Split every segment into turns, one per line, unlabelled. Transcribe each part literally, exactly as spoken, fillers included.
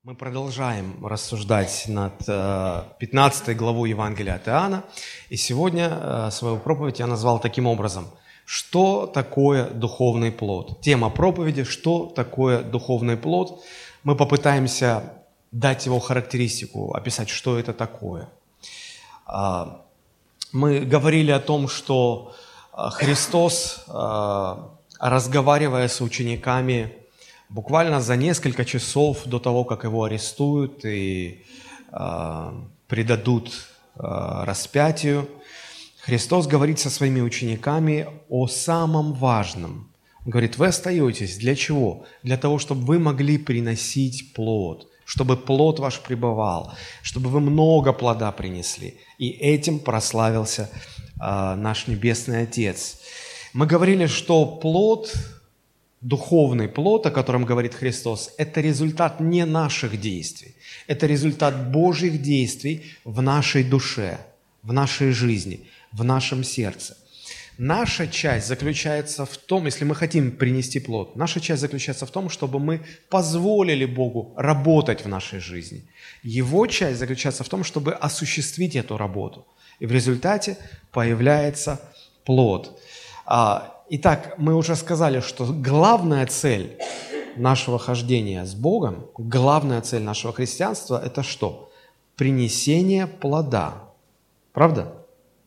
Мы продолжаем рассуждать над пятнадцатой главой Евангелия от Иоанна, и сегодня свою проповедь я назвал таким образом: «Что такое духовный плод?». Тема проповеди: «Что такое духовный плод?». Мы попытаемся дать его характеристику, описать, что это такое. Мы говорили о том, что Христос, разговаривая с учениками, буквально за несколько часов до того, как его арестуют и э, предадут э, распятию, Христос говорит со своими учениками о самом важном. Он говорит: вы остаетесь для чего? Для того, чтобы вы могли приносить плод, чтобы плод ваш пребывал, чтобы вы много плода принесли. И этим прославился э, наш Небесный Отец. Мы говорили, что плод, духовный плод, о котором говорит Христос, это результат не наших действий, это результат Божьих действий в нашей душе, в нашей жизни, в нашем сердце. Наша часть заключается в том, если мы хотим принести плод, наша часть заключается в том, чтобы мы позволили Богу работать в нашей жизни. Его часть заключается в том, чтобы осуществить эту работу. И в результате появляется плод. Итак, мы уже сказали, что главная цель нашего хождения с Богом, главная цель нашего христианства – это что? Принесение плода. Правда?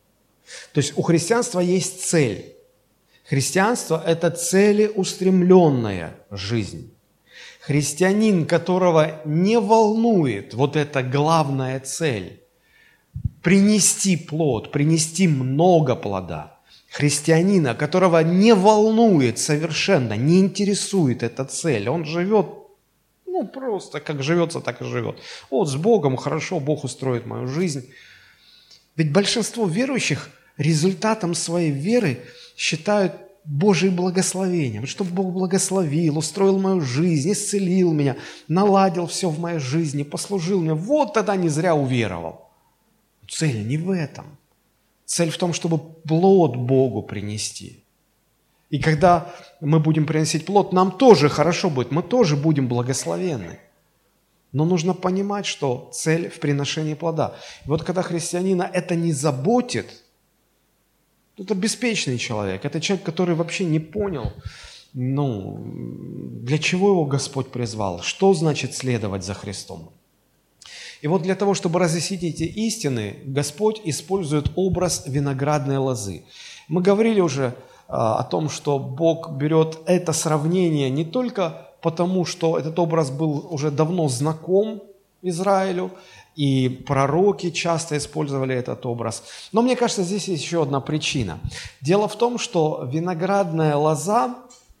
То есть у христианства есть цель. Христианство – это целеустремленная жизнь. Христианин, которого не волнует вот эта главная цель – принести плод, принести много плода – христианина, которого не волнует совершенно, не интересует эта цель. Он живет, ну, просто как живется, так и живет. Вот с Богом хорошо, Бог устроит мою жизнь. Ведь большинство верующих результатом своей веры считают Божие благословение. Вот чтобы Бог благословил, устроил мою жизнь, исцелил меня, наладил все в моей жизни, послужил мне. Вот тогда не зря уверовал. Цель не в этом. Цель в том, чтобы плод Богу принести. И когда мы будем приносить плод, нам тоже хорошо будет, мы тоже будем благословенны. Но нужно понимать, что цель в приношении плода. И вот когда христианина это не заботит, это беспечный человек, это человек, который вообще не понял, ну, для чего его Господь призвал, что значит следовать за Христом. И вот для того, чтобы разъяснить эти истины, Господь использует образ виноградной лозы. Мы говорили уже а, о том, что Бог берет это сравнение не только потому, что этот образ был уже давно знаком Израилю, и пророки часто использовали этот образ. Но мне кажется, здесь есть еще одна причина. Дело в том, что виноградная лоза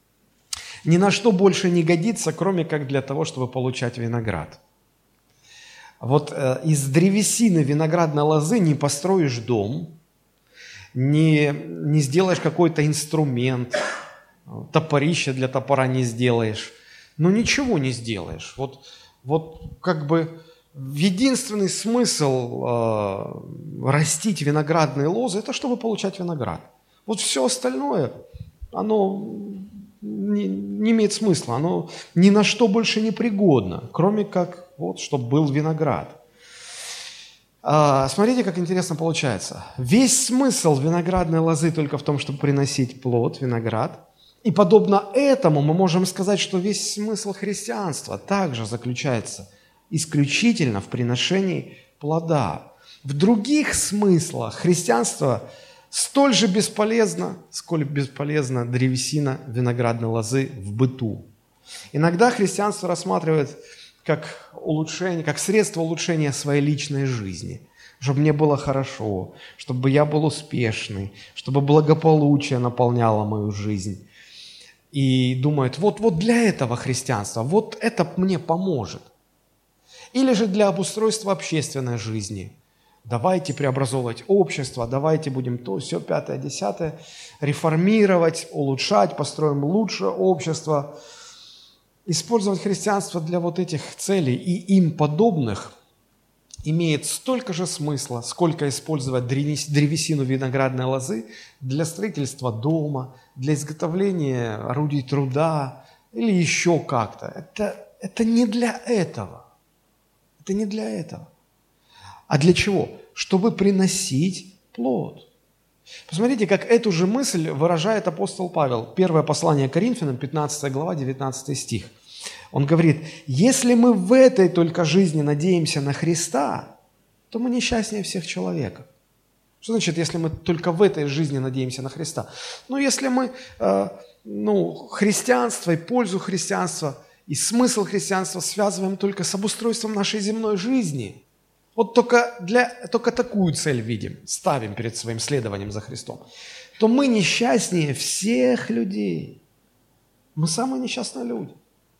ни на что больше не годится, кроме как для того, чтобы получать виноград. Вот э, из древесины виноградной лозы не построишь дом, не, не сделаешь какой-то инструмент, топорище для топора не сделаешь, ну ничего не сделаешь. Вот, вот как бы единственный смысл э, растить виноградные лозы – это чтобы получать виноград. Вот все остальное, оно не, не имеет смысла, оно ни на что больше не пригодно, кроме как вот, чтобы был виноград. А, смотрите, как интересно получается. Весь смысл виноградной лозы только в том, чтобы приносить плод, виноград. И подобно этому мы можем сказать, что весь смысл христианства также заключается исключительно в приношении плода. В других смыслах христианство столь же бесполезно, сколь бесполезна древесина виноградной лозы в быту. Иногда христианство рассматривает как улучшение, как средство улучшения своей личной жизни, чтобы мне было хорошо, чтобы я был успешный, чтобы благополучие наполняло мою жизнь. И думают, вот, вот для этого христианство, вот это мне поможет. Или же для обустройства общественной жизни. Давайте преобразовывать общество, давайте будем то, все, пятое, десятое, реформировать, улучшать, построим лучшее общество. Использовать христианство для вот этих целей и им подобных имеет столько же смысла, сколько использовать древесину виноградной лозы для строительства дома, для изготовления орудий труда или еще как-то. Это, это не для этого. Это не для этого. А для чего? Чтобы приносить плод. Посмотрите, как эту же мысль выражает апостол Павел. Первое послание Коринфянам, пятнадцатая глава, девятнадцатый стих. Он говорит: если мы в этой только жизни надеемся на Христа, то мы несчастнее всех человеков. Что значит, если мы только в этой жизни надеемся на Христа? Ну, если мы э, ну, христианство и пользу христианства, и смысл христианства связываем только с обустройством нашей земной жизни, вот только, для, только такую цель видим, ставим перед своим следованием за Христом, то мы несчастнее всех людей. Мы самые несчастные люди.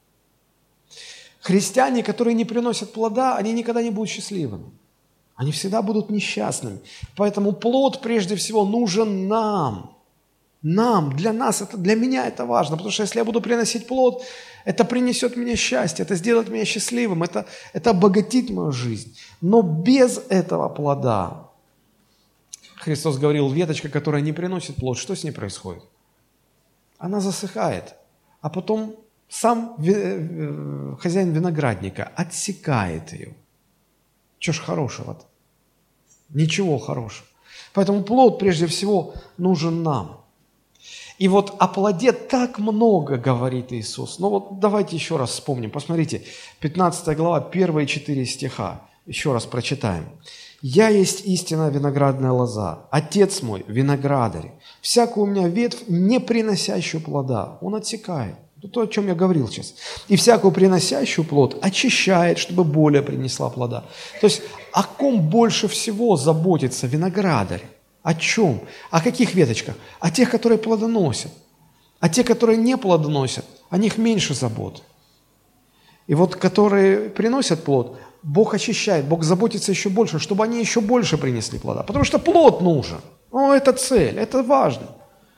Христиане, которые не приносят плода, они никогда не будут счастливыми. Они всегда будут несчастными. Поэтому плод прежде всего нужен нам. Нам, для нас, это, для меня это важно. Потому что если я буду приносить плод, это принесет мне счастье, это сделает меня счастливым, это, это обогатит мою жизнь. Но без этого плода, Христос говорил, веточка, которая не приносит плод, что с ней происходит? Она засыхает. А потом сам хозяин виноградника отсекает ее. Чего ж хорошего-то? Ничего хорошего. Поэтому плод прежде всего нужен нам. И вот о плоде так много говорит Иисус. Но вот давайте еще раз вспомним. Посмотрите, пятнадцатая глава, первые четыре стиха. Еще раз прочитаем. «Я есть истинная виноградная лоза, Отец мой виноградарь. Всякую у меня ветвь, не приносящую плода, Он отсекает». Это то, о чем я говорил сейчас. «И всякую приносящую плод очищает, чтобы более принесла плода». То есть о ком больше всего заботится виноградарь? О чем? О каких веточках? О тех, которые плодоносят. А те, которые не плодоносят, о них меньше заботы. И вот которые приносят плод, Бог очищает, Бог заботится еще больше, чтобы они еще больше принесли плода. Потому что плод нужен. О, это цель, это важно.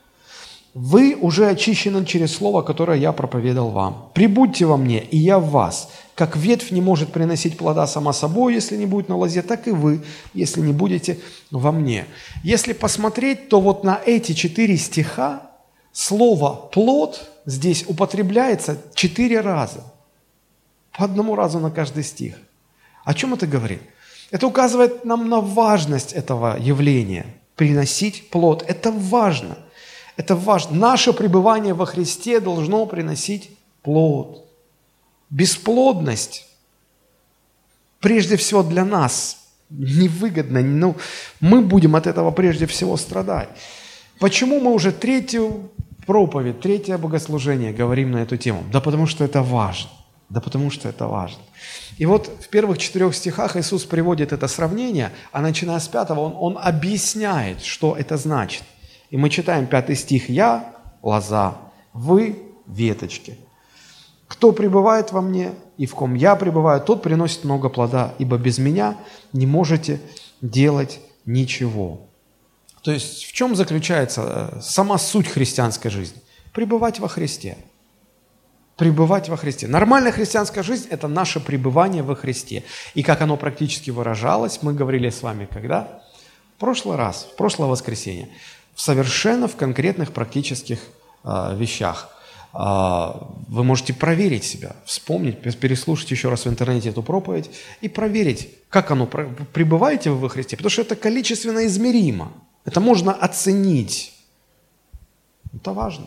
Вы уже очищены через слово, которое я проповедовал вам. Прибудьте во мне, и я в вас. Как ветвь не может приносить плода сама собой, если не будет на лозе, так и вы, если не будете во мне. Если посмотреть, то вот на эти четыре стиха слово «плод» здесь употребляется четыре раза. По одному разу на каждый стих. О чем это говорит? Это указывает нам на важность этого явления. Приносить плод. Это важно. Это важно. Наше пребывание во Христе должно приносить плод. Бесплодность, прежде всего для нас, невыгодна. Ну, мы будем от этого прежде всего страдать. Почему мы уже третью проповедь, третье богослужение говорим на эту тему? Да потому что это важно. Да потому что это важно. И вот в первых четырех стихах Иисус приводит это сравнение, а начиная с пятого он, он объясняет, что это значит. И мы читаем пятый стих. «Я – лоза, вы – веточки. Кто пребывает во мне, и в ком я пребываю, тот приносит много плода, ибо без меня не можете делать ничего». То есть в чем заключается сама суть христианской жизни? Пребывать во Христе. Пребывать во Христе. Нормальная христианская жизнь – это наше пребывание во Христе. И как оно практически выражалось, мы говорили с вами когда? В прошлый раз, в прошлое воскресенье. Совершенно в конкретных практических э, вещах. Э, вы можете проверить себя, вспомнить, переслушать еще раз в интернете эту проповедь и проверить, как оно, пребываете вы во Христе, потому что это количественно измеримо. Это можно оценить. Это важно.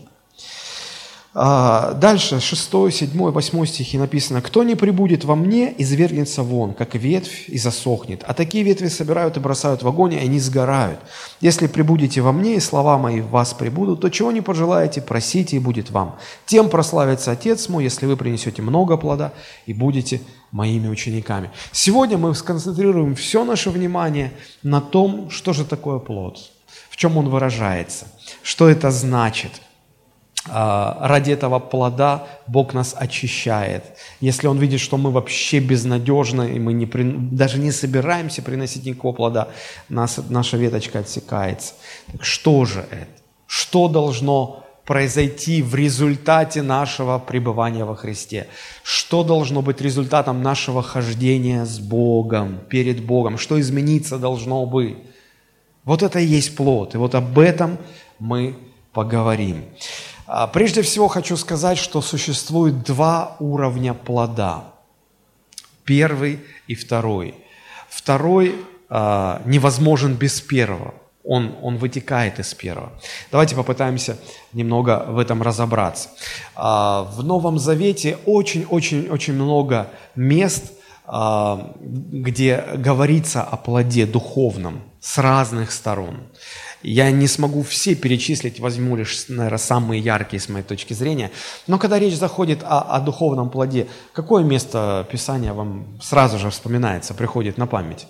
Дальше, шестой, седьмой, восьмой стихи написано: «Кто не пребудет во мне, извергнется вон, как ветвь, и засохнет. А такие ветви собирают и бросают в огонь, и они сгорают. Если пребудете во мне, и слова мои в вас пребудут, то чего не пожелаете, просите, и будет вам. Тем прославится Отец мой, если вы принесете много плода, и будете моими учениками». Сегодня мы сконцентрируем все наше внимание на том, что же такое плод, в чем он выражается, что это значит. Ради этого плода Бог нас очищает. Если Он видит, что мы вообще безнадежны, и мы не при... даже не собираемся приносить никакого плода, нас, наша веточка отсекается. Так что же это? Что должно произойти в результате нашего пребывания во Христе? Что должно быть результатом нашего хождения с Богом, перед Богом? Что измениться должно быть? Вот это и есть плод. И вот об этом мы поговорим. Прежде всего хочу сказать, что существует два уровня плода. Первый и второй. Второй а, невозможен без первого. Он, он вытекает из первого. Давайте попытаемся немного в этом разобраться. А, в Новом Завете очень-очень-очень много мест, а, где говорится о плоде духовном с разных сторон. Я не смогу все перечислить, возьму лишь, наверное, самые яркие с моей точки зрения. Но когда речь заходит о, о духовном плоде, какое место Писания вам сразу же вспоминается, приходит на память?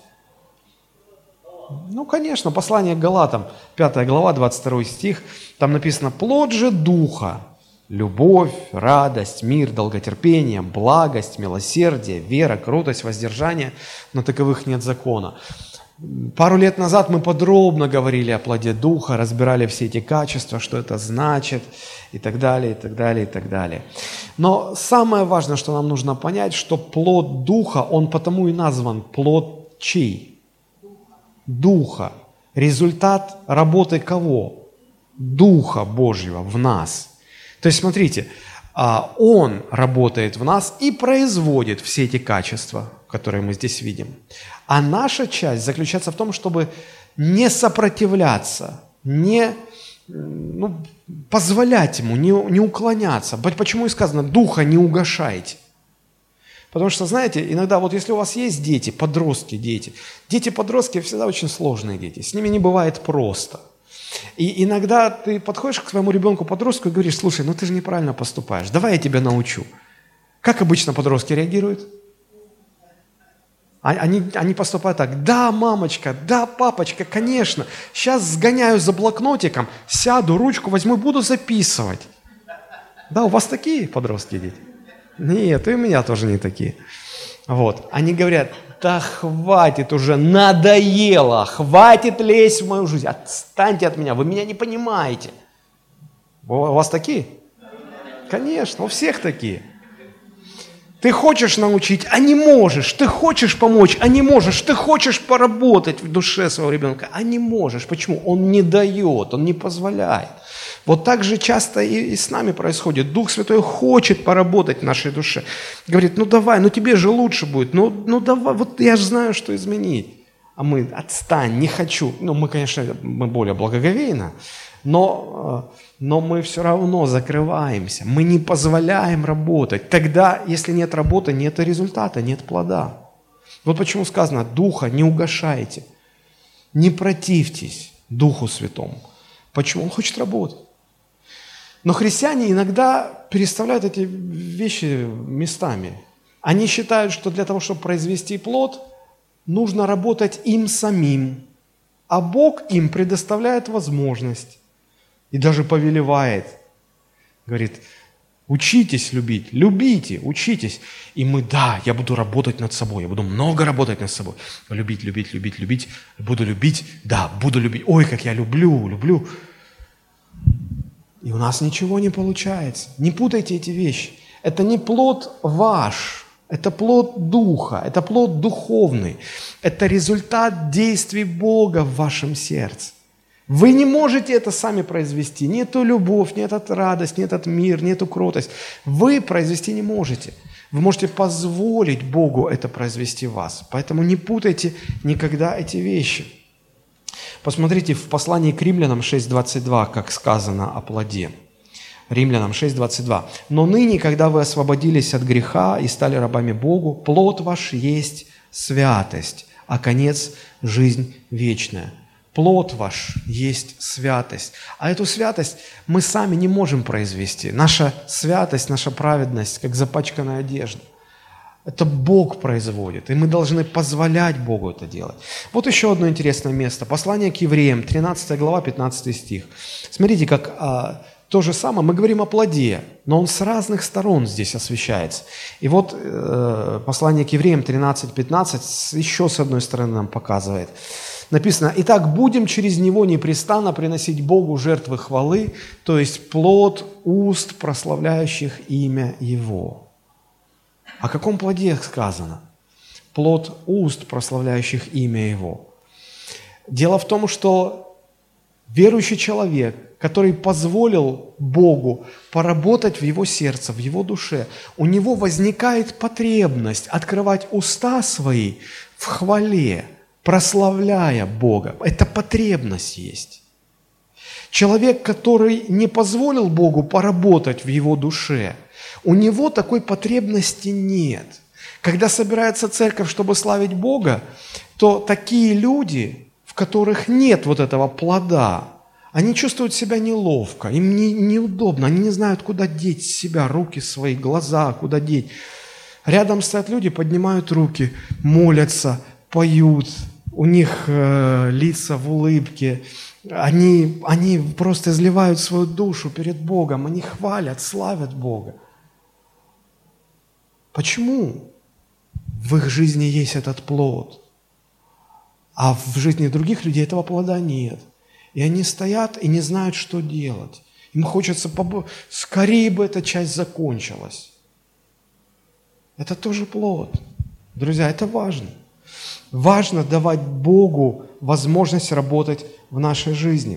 Ну, конечно, послание к Галатам, пятая глава, двадцать второй стих, там написано: «Плод же Духа, любовь, радость, мир, долготерпение, благость, милосердие, вера, кротость, воздержание, но таковых нет закона». Пару лет назад мы подробно говорили о плоде Духа, разбирали все эти качества, что это значит, и так далее, и так далее, и так далее. Но самое важное, что нам нужно понять, что плод Духа, он потому и назван плод чей? Духа. Результат работы кого? Духа Божьего в нас. То есть, смотрите, Он работает в нас и производит все эти качества, которые мы здесь видим. А наша часть заключается в том, чтобы не сопротивляться, не ну, позволять Ему, не, не уклоняться. Почему и сказано: «Духа не угашайте». Потому что, знаете, иногда вот если у вас есть дети, подростки, дети, дети-подростки всегда очень сложные дети, с ними не бывает просто. И иногда ты подходишь к своему ребенку-подростку и говоришь: «Слушай, ну ты же неправильно поступаешь, давай я тебя научу». Как обычно подростки реагируют? Они, они поступают так: «Да, мамочка, да, папочка, конечно, сейчас сгоняю за блокнотиком, сяду, ручку возьму и буду записывать». Да, у вас такие подростки, дети? Нет, и у меня тоже не такие. Вот, они говорят: «Да хватит уже, надоело, хватит лезть в мою жизнь, отстаньте от меня, вы меня не понимаете». У вас такие? Конечно, у всех такие. Ты хочешь научить, а не можешь. Ты хочешь помочь, а не можешь. Ты хочешь поработать в душе своего ребенка, а не можешь. Почему? Он не дает, он не позволяет. Вот так же часто и, и с нами происходит. Дух Святой хочет поработать в нашей душе. Говорит: «Ну давай, ну тебе же лучше будет. Ну, ну давай, вот я же знаю, что изменить». А мы: «Отстань, не хочу». Ну мы, конечно, мы более благоговейно, но... Но мы все равно закрываемся, мы не позволяем работать. Тогда, если нет работы, нет результата, нет плода. Вот почему сказано: Духа не угашайте, не противьтесь Духу Святому. Почему? Он хочет работать. Но христиане иногда переставляют эти вещи местами. Они считают, что для того, чтобы произвести плод, нужно работать им самим, а Бог им предоставляет возможность. И даже повелевает, говорит: учитесь любить, любите, учитесь. И мы: да, я буду работать над собой, я буду много работать над собой. Любить, любить, любить, любить, буду любить, да, буду любить. Ой, как я люблю, люблю. И у нас ничего не получается. Не путайте эти вещи. Это не плод ваш, это плод Духа, это плод духовный. Это результат действий Бога в вашем сердце. Вы не можете это сами произвести. Ни эту любовь, ни эту радость, ни этот мир, ни эту кротость. Вы произвести не можете. Вы можете позволить Богу это произвести в вас. Поэтому не путайте никогда эти вещи. Посмотрите в послании к Римлянам шесть двадцать два, как сказано о плоде. Римлянам шесть двадцать два. «Но ныне, когда вы освободились от греха и стали рабами Богу, плод ваш есть святость, а конец – жизнь вечная». Плод ваш есть святость. А эту святость мы сами не можем произвести. Наша святость, наша праведность, как запачканная одежда. Это Бог производит, и мы должны позволять Богу это делать. Вот еще одно интересное место. Послание к евреям, тринадцатая глава, пятнадцатый стих. Смотрите, как а, то же самое. Мы говорим о плоде, но он с разных сторон здесь освещается. И вот э, послание к евреям тринадцать пятнадцать еще с одной стороны нам показывает. Написано: «Итак, будем через него непрестанно приносить Богу жертвы хвалы, то есть плод уст, прославляющих имя Его». О каком плоде сказано? Плод уст, прославляющих имя Его. Дело в том, что верующий человек, который позволил Богу поработать в его сердце, в его душе, у него возникает потребность открывать уста свои в хвале, прославляя Бога. Это потребность есть. Человек, который не позволил Богу поработать в его душе, у него такой потребности нет. Когда собирается церковь, чтобы славить Бога, то такие люди, в которых нет вот этого плода, они чувствуют себя неловко, им не, неудобно, они не знают, куда деть себя, руки свои, глаза, куда деть. Рядом стоят люди, поднимают руки, молятся, поют, у них э, лица в улыбке, они, они просто изливают свою душу перед Богом, они хвалят, славят Бога. Почему в их жизни есть этот плод, а в жизни других людей этого плода нет? И они стоят и не знают, что делать. Им хочется, побо... скорее бы эта часть закончилась. Это тоже плод. Друзья, это важно. Важно давать Богу возможность работать в нашей жизни.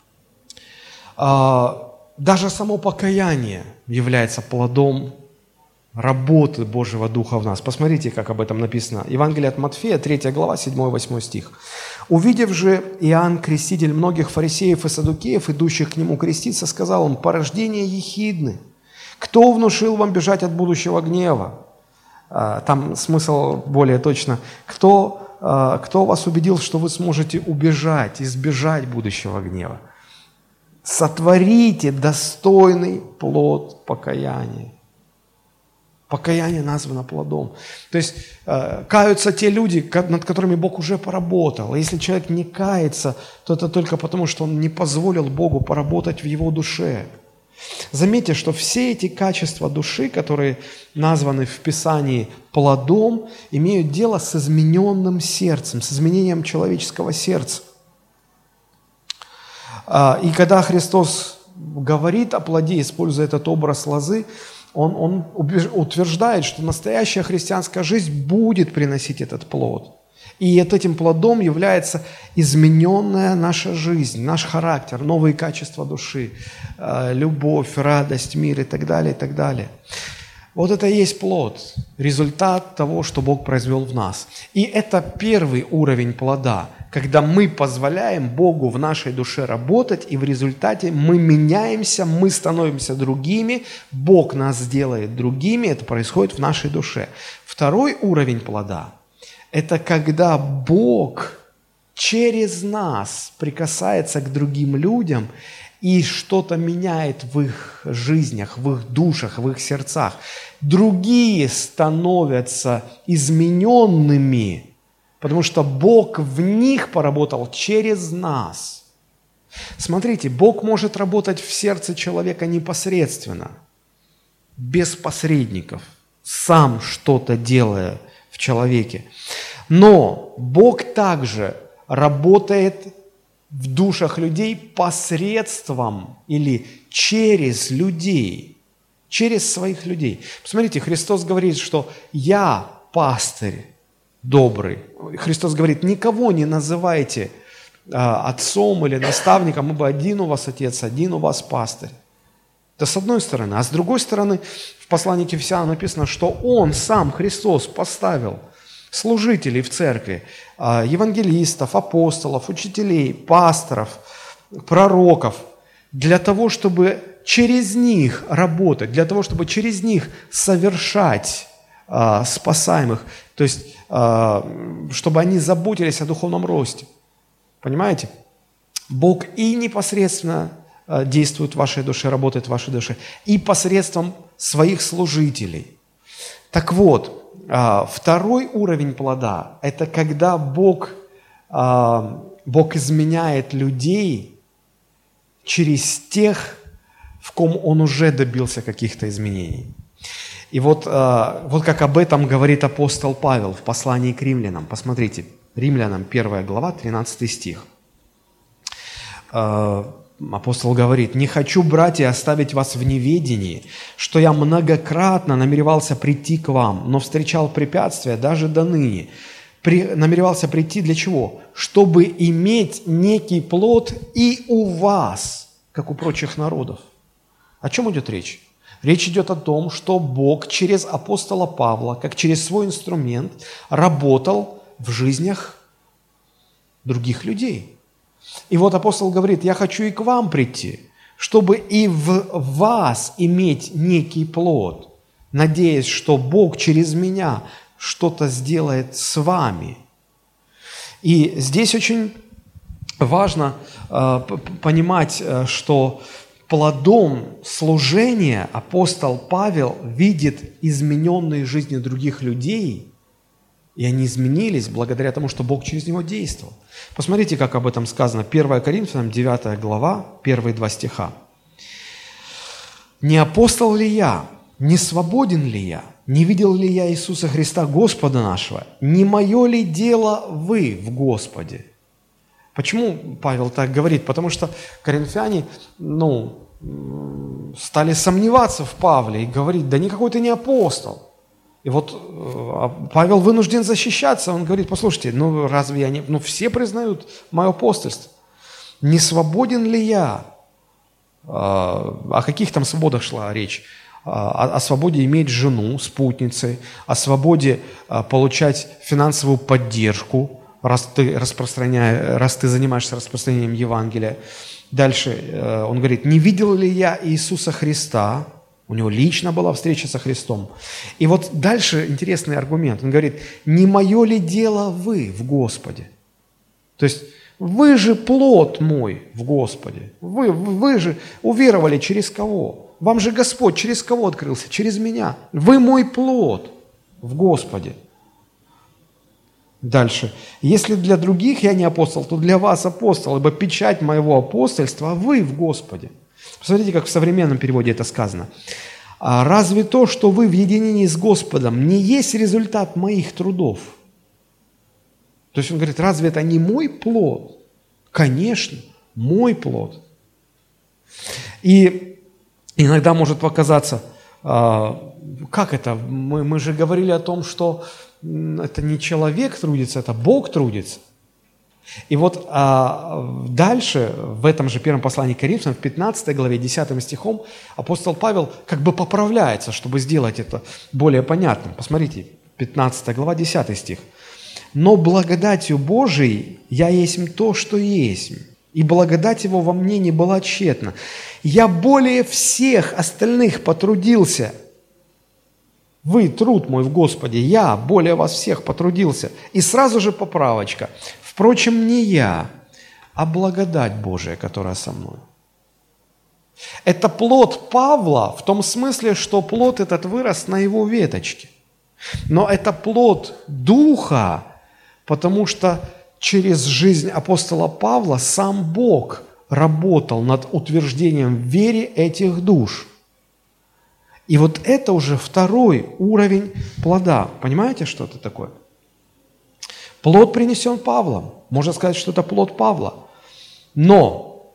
Даже само покаяние является плодом работы Божьего Духа в нас. Посмотрите, как об этом написано. Евангелие от Матфея, третья глава, седьмой-восьмой стих. «Увидев же Иоанн Креститель многих фарисеев и саддукеев, идущих к нему креститься, сказал им: порождение ехидны, кто внушил вам бежать от будущего гнева?» Там смысл более точно. Кто, кто вас убедил, что вы сможете убежать, избежать будущего гнева? Сотворите достойный плод покаяния. Покаяние названо плодом. То есть э, каются те люди, над которыми Бог уже поработал. Если человек не кается, то это только потому, что он не позволил Богу поработать в его душе. Заметьте, что все эти качества души, которые названы в Писании плодом, имеют дело с измененным сердцем, с изменением человеческого сердца. И когда Христос говорит о плоде, используя этот образ лозы, Он, он утверждает, что настоящая христианская жизнь будет приносить этот плод. И этим плодом является измененная наша жизнь, наш характер, новые качества души, любовь, радость, мир и так далее, и так далее. Вот это и есть плод, результат того, что Бог произвел в нас. И это первый уровень плода, когда мы позволяем Богу в нашей душе работать, и в результате мы меняемся, мы становимся другими, Бог нас делает другими, это происходит в нашей душе. Второй уровень плода – это когда Бог через нас прикасается к другим людям и что-то меняет в их жизнях, в их душах, в их сердцах. Другие становятся измененными, потому что Бог в них поработал через нас. Смотрите, Бог может работать в сердце человека непосредственно, без посредников, сам что-то делая в человеке. Но Бог также работает в душах людей посредством или через людей, через своих людей. Посмотрите, Христос говорит, что «я пастырь добрый». Христос говорит: никого не называйте а, отцом или наставником, ибо один у вас отец, один у вас пастырь. Это с одной стороны. А с другой стороны, в послании к Ефесянам написано, что Он, сам Христос, поставил служителей в церкви, евангелистов, апостолов, учителей, пасторов, пророков, для того, чтобы через них работать, для того, чтобы через них совершать а, спасаемых, то есть, а, чтобы они заботились о духовном росте. Понимаете? Бог и непосредственно а, действует в вашей душе, работает в вашей душе, и посредством своих служителей. Так вот, второй уровень плода – это когда Бог, Бог изменяет людей через тех, в ком Он уже добился каких-то изменений. И вот, вот как об этом говорит апостол Павел в послании к римлянам. Посмотрите, Римлянам первая глава, тринадцатый стих. Апостол говорит: «Не хочу, братья, оставить вас в неведении, что я многократно намеревался прийти к вам, но встречал препятствия даже до ныне, при, намеревался прийти для чего? Чтобы иметь некий плод и у вас, как у прочих народов. О чем идет речь? Речь идет о том, что Бог через апостола Павла, как через свой инструмент, работал в жизнях других людей. И вот апостол говорит: я хочу и к вам прийти, чтобы и в вас иметь некий плод, надеясь, что Бог через меня что-то сделает с вами. И здесь очень важно э, понимать, что плодом служения апостол Павел видит измененные жизни других людей, и они изменились благодаря тому, что Бог через него действовал. Посмотрите, как об этом сказано. первое Коринфянам, девятая глава, первые два стиха. «Не апостол ли я? Не свободен ли я? Не видел ли я Иисуса Христа, Господа нашего? Не мое ли дело вы в Господе?» Почему Павел так говорит? Потому что коринфяне, ну, стали сомневаться в Павле и говорить: да никакой ты не апостол. И вот Павел вынужден защищаться. Он говорит: послушайте, ну разве я не... Ну все признают мое апостольство. Не свободен ли я? О каких там свободах шла речь? О, о свободе иметь жену, спутницы, о свободе получать финансовую поддержку, раз ты, распространяя, раз ты занимаешься распространением Евангелия. Дальше он говорит: не видел ли я Иисуса Христа? У него лично была встреча со Христом. И вот дальше интересный аргумент. Он говорит: не мое ли дело вы в Господе? То есть вы же плод мой в Господе. Вы, вы же уверовали через кого? Вам же Господь через кого открылся? Через меня. Вы мой плод в Господе. Дальше. Если для других я не апостол, то для вас апостол, ибо печать моего апостольства, а вы в Господе. Посмотрите, как в современном переводе это сказано. «А разве то, что вы в единении с Господом, не есть результат моих трудов?» То есть он говорит: разве это не мой плод? Конечно, мой плод. И иногда может показаться, как это? Мы, мы же говорили о том, что это не человек трудится, это Бог трудится. И вот а, дальше, в этом же первом послании к Коринфянам, в пятнадцатой главе, десятым стихом, апостол Павел как бы поправляется, чтобы сделать это более понятным. Посмотрите, пятнадцатая глава, десятый стих. «Но благодатью Божией я есть то, что есть, и благодать Его во мне не была тщетна. Я более всех остальных потрудился». Вы, труд мой в Господе, я более вас всех потрудился. И сразу же поправочка. Впрочем, не я, а благодать Божия, которая со мной. Это плод Павла в том смысле, что плод этот вырос на его веточке. Но это плод Духа, потому что через жизнь апостола Павла сам Бог работал над утверждением в вере этих душ. И вот это уже второй уровень плода. Понимаете, что это такое? Плод принесен Павлом. Можно сказать, что это плод Павла. Но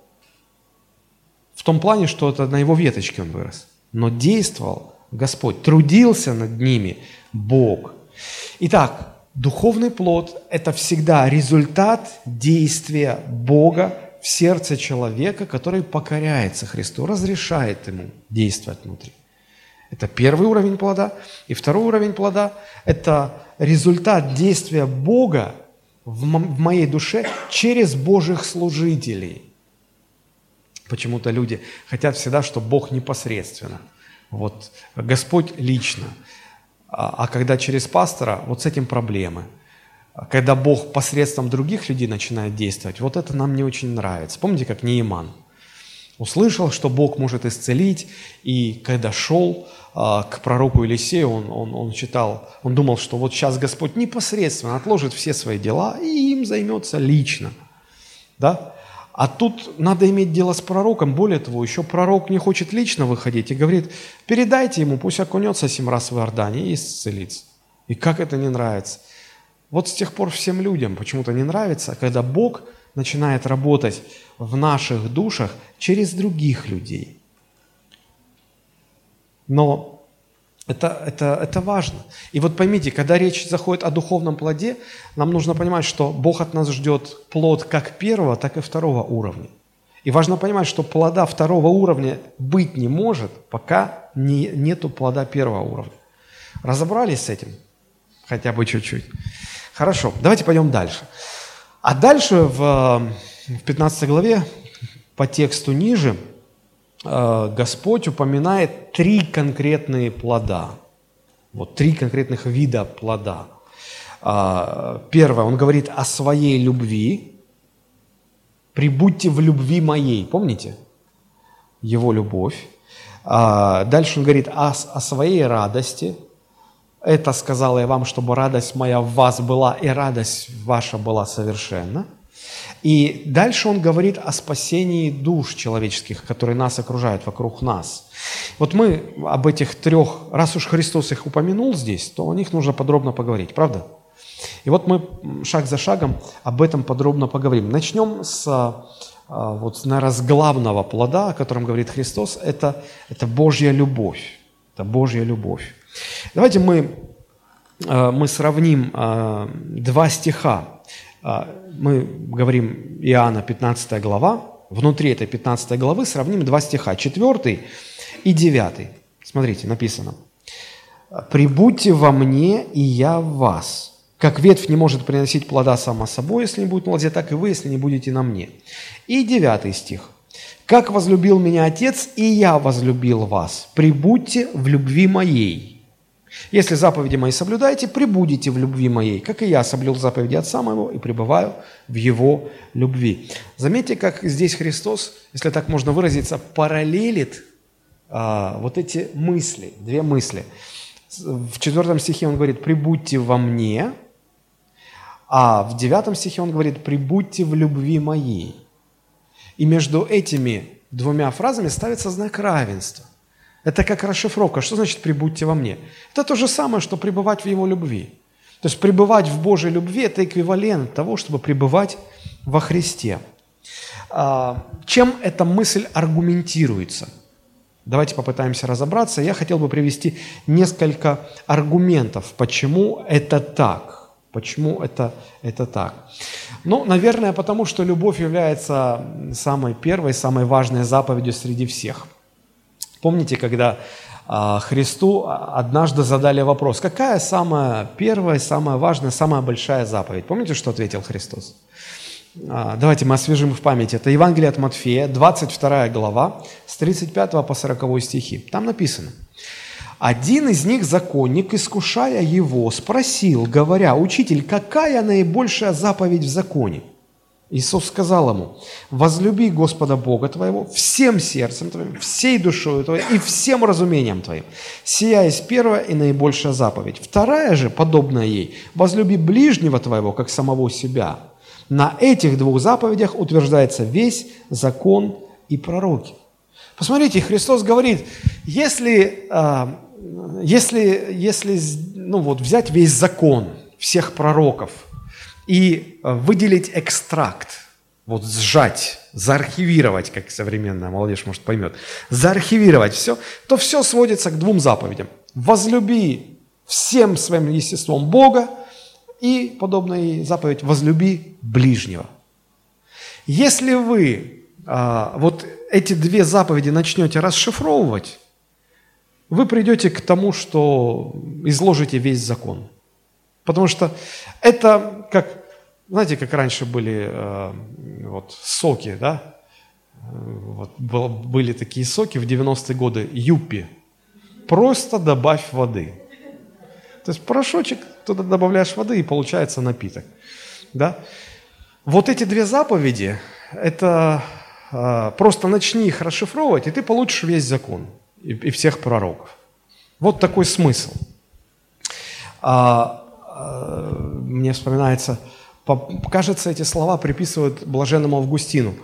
в том плане, что это на его веточке он вырос. Но действовал Господь, трудился над ними Бог. Итак, духовный плод – это всегда результат действия Бога в сердце человека, который покоряется Христу, разрешает ему действовать внутри. Это первый уровень плода. И второй уровень плода – это результат действия Бога в моей душе через Божьих служителей. Почему-то люди хотят всегда, чтобы Бог непосредственно. Вот Господь лично. А когда через пастора, вот с этим проблемы. Когда Бог посредством других людей начинает действовать, вот это нам не очень нравится. Помните, как Нееман? Услышал, что Бог может исцелить, и когда шел а, к пророку Елисею, он, он, он читал, он думал, что вот сейчас Господь непосредственно отложит все свои дела и им займется лично. Да? А тут надо иметь дело с пророком. Более того, еще пророк не хочет лично выходить и говорит: передайте ему, пусть окунется семь раз в Иордане и исцелится. И как это не нравится? Вот с тех пор всем людям почему-то не нравится, когда Бог начинает работать в наших душах через других людей. Но Это, это, это важно. И вот поймите, когда речь заходит о духовном плоде, нам нужно понимать, что Бог от нас ждет плод как первого, так и второго уровня. И важно понимать, что плода второго уровня быть не может, пока не, нету плода первого уровня. Разобрались с этим? Хотя бы чуть-чуть. Хорошо, давайте пойдем дальше. А дальше в, в пятнадцатой главе, по тексту ниже, Господь упоминает три конкретные плода. Вот три конкретных вида плода. Первое, Он говорит о своей любви. «Прибудьте в любви моей». Помните? Его любовь. Дальше Он говорит о, о своей радости. «Это сказал я вам, чтобы радость моя в вас была, и радость ваша была совершенна». И дальше он говорит о спасении душ человеческих, которые нас окружают, вокруг нас. Вот мы об этих трех, раз уж Христос их упомянул здесь, то о них нужно подробно поговорить, правда? И вот мы шаг за шагом об этом подробно поговорим. Начнем с, вот, наверное, с главного плода, о котором говорит Христос, это, это Божья любовь. Это Божья любовь. Давайте мы, мы сравним два стиха. Мы говорим Иоанна пятнадцатая глава, внутри этой пятнадцатой главы сравним два стиха, четвёртый и девятый. Смотрите, написано. «Прибудьте во мне, и я в вас. Как ветвь не может приносить плода сама собой, если не будет на лозе, так и вы, если не будете на мне». И девятый стих. «Как возлюбил меня Отец, и я возлюбил вас. Прибудьте в любви моей. Если заповеди мои соблюдаете, пребудете в любви моей, как и я соблюл заповеди Отца моего и пребываю в Его любви». Заметьте, как здесь Христос, если так можно выразиться, параллелит а, вот эти мысли, две мысли. В четвертом стихе Он говорит «пребудьте во мне», а в девятом стихе Он говорит «пребудьте в любви моей». И между этими двумя фразами ставится знак равенства. Это как расшифровка. Что значит «пребудьте во мне»? Это то же самое, что пребывать в Его любви. То есть пребывать в Божьей любви – это эквивалент того, чтобы пребывать во Христе. Чем эта мысль аргументируется? Давайте попытаемся разобраться. Я хотел бы привести несколько аргументов, почему это так. Почему это, это так? Ну, наверное, потому что любовь является самой первой, самой важной заповедью среди всех. Помните, когда а, Христу однажды задали вопрос, какая самая первая, самая важная, самая большая заповедь? Помните, что ответил Христос? А, давайте мы освежим в памяти. Это Евангелие от Матфея, двадцать вторая глава, с тридцать пятого по сороковой стихи. Там написано. «Один из них, законник, искушая его, спросил, говоря, «Учитель, какая наибольшая заповедь в законе?» Иисус сказал ему, «Возлюби Господа Бога твоего всем сердцем твоим, всей душою твоей и всем разумением твоим. Сия есть первая и наибольшая заповедь. Вторая же, подобная ей, возлюби ближнего твоего, как самого себя. На этих двух заповедях утверждается весь закон и пророки». Посмотрите, Христос говорит, если, если, если ну вот, взять весь закон всех пророков, и выделить экстракт, вот сжать, заархивировать, как современная молодежь, может, поймет, заархивировать все, то все сводится к двум заповедям. Возлюби всем своим естеством Бога и, подобная заповедь, возлюби ближнего. Если вы а, вот эти две заповеди начнете расшифровывать, вы придете к тому, что изложите весь закон. Потому что это как, знаете, как раньше были э, вот, соки, да? Вот, был, были такие соки в девяностые годы, юппи. Просто добавь воды. То есть порошочек, туда добавляешь воды, и получается напиток. Да? Вот эти две заповеди, это э, просто начни их расшифровывать, и ты получишь весь закон и, и всех пророков. Вот такой смысл. А, мне вспоминается, кажется, эти слова приписывают блаженному Августину,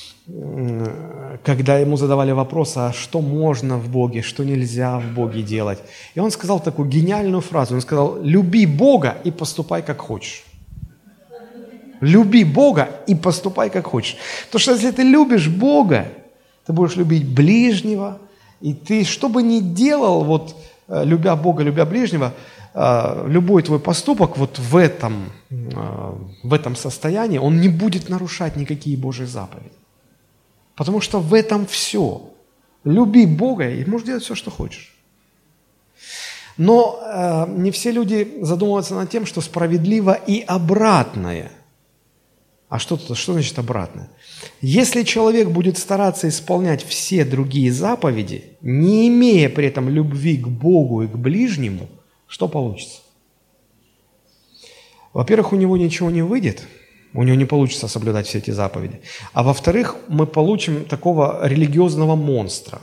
когда ему задавали вопрос, а что можно в Боге, что нельзя в Боге делать. И он сказал такую гениальную фразу, он сказал, люби Бога и поступай как хочешь. Люби Бога и поступай как хочешь. Потому что если ты любишь Бога, ты будешь любить ближнего, и ты, что бы ни делал, вот, э, любя Бога, любя ближнего, э, любой твой поступок вот в этом, э, в этом состоянии, он не будет нарушать никакие Божьи заповеди. Потому что в этом все. Люби Бога и можешь делать все, что хочешь. Но э, не все люди задумываются над тем, что справедливо и обратное. А что, что значит обратное? Если человек будет стараться исполнять все другие заповеди, не имея при этом любви к Богу и к ближнему, что получится? Во-первых, у него ничего не выйдет, у него не получится соблюдать все эти заповеди. А во-вторых, мы получим такого религиозного монстра.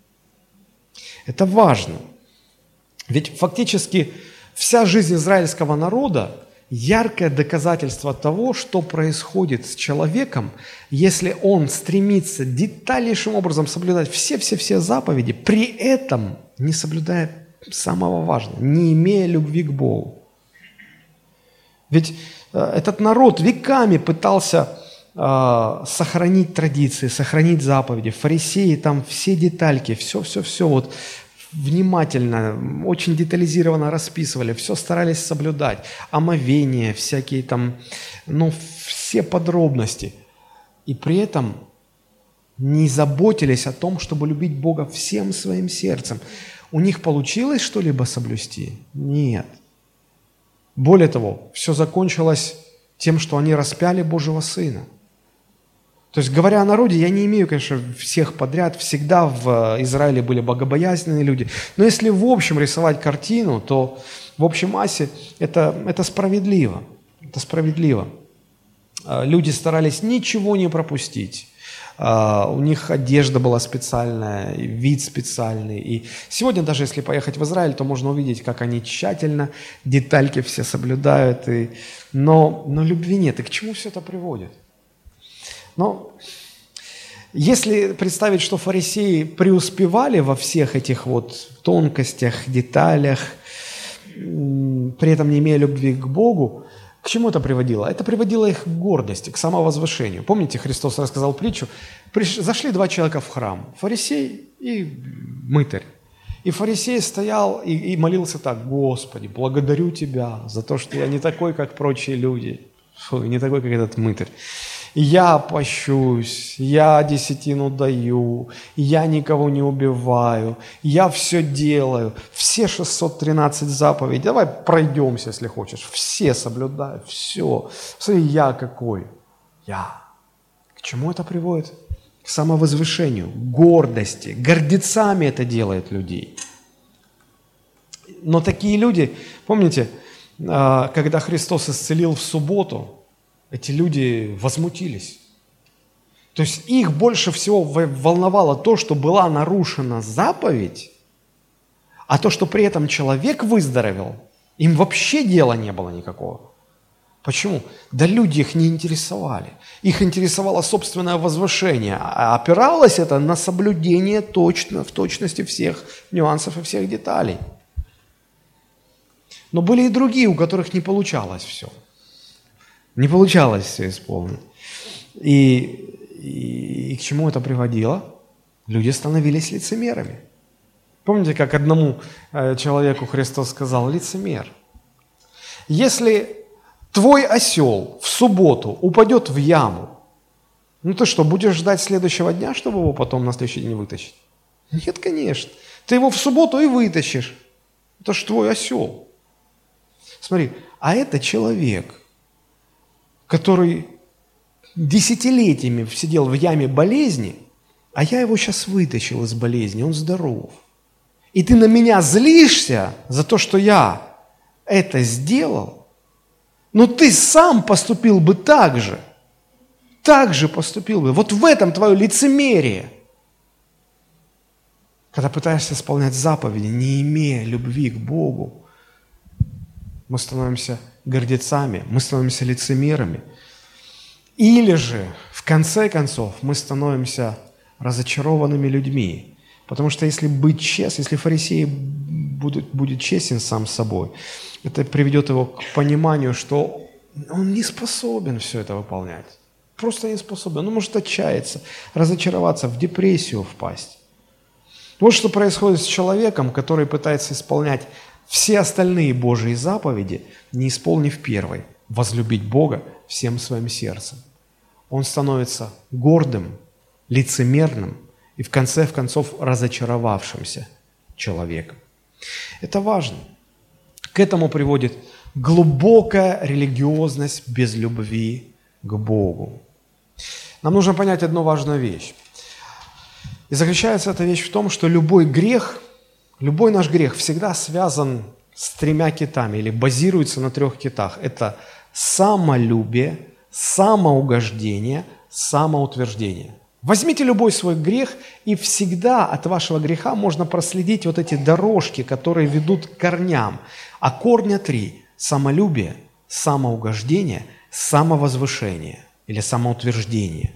Это важно. Ведь фактически вся жизнь израильского народа яркое доказательство того, что происходит с человеком, если он стремится детальнейшим образом соблюдать все-все-все заповеди, при этом не соблюдая самого важного, не имея любви к Богу. Ведь э, этот народ веками пытался э, сохранить традиции, сохранить заповеди. Фарисеи там все детальки, все-все-все вот внимательно, очень детализированно расписывали, все старались соблюдать, омовения, всякие там, ну, все подробности. И при этом не заботились о том, чтобы любить Бога всем своим сердцем. У них получилось что-либо соблюсти? Нет. Более того, все закончилось тем, что они распяли Божьего Сына. То есть, говоря о народе, я не имею, конечно, всех подряд. Всегда в Израиле были богобоязненные люди. Но если в общем рисовать картину, то в общей массе это, это справедливо. Это справедливо. Люди старались ничего не пропустить. У них одежда была специальная, вид специальный. И сегодня, даже если поехать в Израиль, то можно увидеть, как они тщательно детальки все соблюдают. И... Но, но любви нет. И к чему все это приводит? Но если представить, что фарисеи преуспевали во всех этих вот тонкостях, деталях, при этом не имея любви к Богу, к чему это приводило? Это приводило их к гордости, к самовозвышению. Помните, Христос рассказал притчу? Приш... Зашли два человека в храм, фарисей и мытарь. И фарисей стоял и, и молился так: «Господи, благодарю Тебя за то, что я не такой, как прочие люди, Фу, не такой, как этот мытарь. Я пощусь, я десятину даю, я никого не убиваю, я все делаю, все шестьсот тринадцать заповедей, давай пройдемся, если хочешь, все соблюдаю, все. Смотри, я какой, я». К чему это приводит? К самовозвышению, гордости, гордецами это делает людей. Но такие люди, помните, когда Христос исцелил в субботу, эти люди возмутились. То есть их больше всего волновало то, что была нарушена заповедь, а то, что при этом человек выздоровел, им вообще дела не было никакого. Почему? Да люди их не интересовали. Их интересовало собственное возвышение, а опиралось это на соблюдение точно, в точности всех нюансов и всех деталей. Но были и другие, у которых не получалось все. Не получалось все исполнить. И, и, и к чему это приводило? Люди становились лицемерами. Помните, как одному э, человеку Христос сказал: лицемер. Если твой осел в субботу упадет в яму, ну ты что, будешь ждать следующего дня, чтобы его потом на следующий день вытащить? Нет, конечно. Ты его в субботу и вытащишь. Это ж твой осел. Смотри, а это человек, который десятилетиями сидел в яме болезни, а я его сейчас вытащил из болезни, он здоров. И ты на меня злишься за то, что я это сделал, но ты сам поступил бы так же, так же поступил бы. Вот в этом твое лицемерие. Когда пытаешься исполнять заповеди, не имея любви к Богу, мы становимся гордецами, мы становимся лицемерами. Или же, в конце концов, мы становимся разочарованными людьми. Потому что если быть честным, если фарисей будет, будет честен сам с собой, это приведет его к пониманию, что он не способен все это выполнять. Просто не способен. Он может отчаяться, разочароваться, в депрессию впасть. Вот что происходит с человеком, который пытается исполнять все остальные Божьи заповеди, не исполнив первой – возлюбить Бога всем своим сердцем. Он становится гордым, лицемерным и в конце концов разочаровавшимся человеком. Это важно. К этому приводит глубокая религиозность без любви к Богу. Нам нужно понять одну важную вещь. И заключается эта вещь в том, что любой грех, любой наш грех всегда связан с тремя китами или базируется на трех китах. Это самолюбие, самоугождение, самоутверждение. Возьмите любой свой грех, и всегда от вашего греха можно проследить вот эти дорожки, которые ведут к корням. А корня три – самолюбие, самоугождение, самовозвышение или самоутверждение.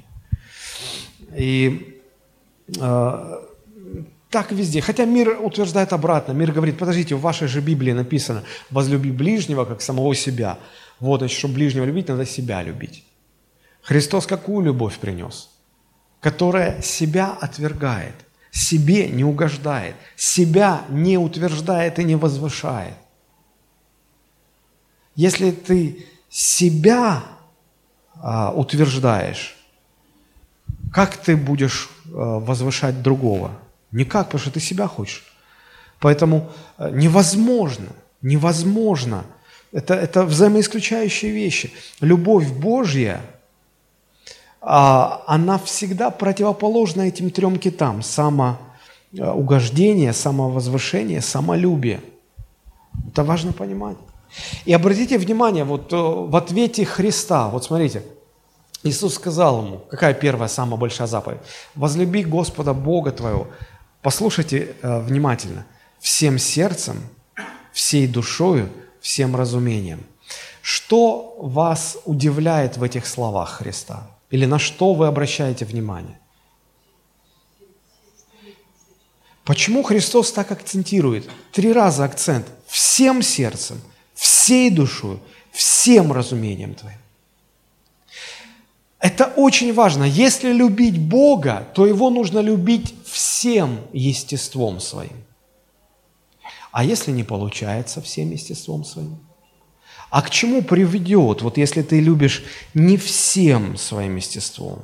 И э, так везде. Хотя мир утверждает обратно. Мир говорит, подождите, в вашей же Библии написано «возлюби ближнего, как самого себя». Вот, значит, чтобы ближнего любить, надо себя любить. Христос какую любовь принес? Которая себя отвергает, себе не угождает, себя не утверждает и не возвышает. Если ты себя а, утверждаешь, как ты будешь а, возвышать другого? Никак, потому что ты себя хочешь. Поэтому а, невозможно, невозможно. Это, это взаимоисключающие вещи. Любовь Божья, а, она всегда противоположна этим трем китам. Самоугождение, самовозвышение, самолюбие. Это важно понимать. И обратите внимание, вот в ответе Христа, вот смотрите, Иисус сказал ему, какая первая, самая большая заповедь? «Возлюби Господа Бога твоего». Послушайте э, внимательно. «Всем сердцем, всей душою, всем разумением». Что вас удивляет в этих словах Христа? Или на что вы обращаете внимание? Почему Христос так акцентирует? Три раза акцент. «Всем сердцем, всей душою, всем разумением твоим». Это очень важно. Если любить Бога, то Его нужно любить всем естеством своим. А если не получается всем естеством своим? А к чему приведет, вот если ты любишь не всем своим естеством?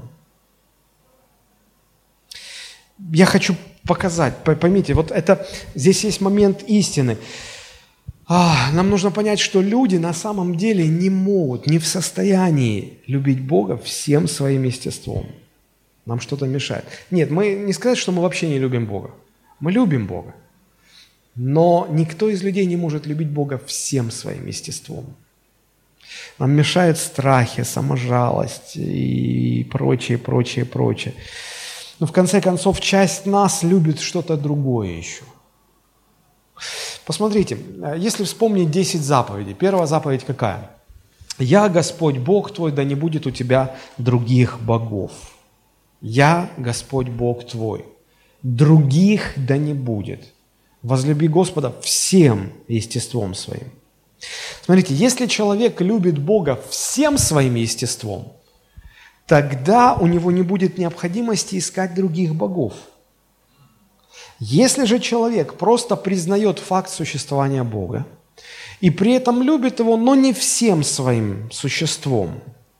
Я хочу показать, поймите, вот это, здесь есть момент истины. А, нам нужно понять, что люди на самом деле не могут, не в состоянии любить Бога всем своим естеством. Нам что-то мешает. Нет, мы не сказать, что мы вообще не любим Бога. Мы любим Бога. Но никто из людей не может любить Бога всем своим естеством. Нам мешают страхи, саможалость и прочее, прочее, прочее. Но в конце концов, часть нас любит что-то другое еще. Посмотрите, если вспомнить десять заповедей, первая заповедь какая? «Я, Господь Бог твой, да не будет у тебя других богов». «Я, Господь Бог твой, других да не будет». «Возлюби Господа всем естеством своим». Смотрите, если человек любит Бога всем своим естеством, тогда у него не будет необходимости искать других богов. Если же человек просто признает факт существования Бога и при этом любит Его, но не всем своим существом,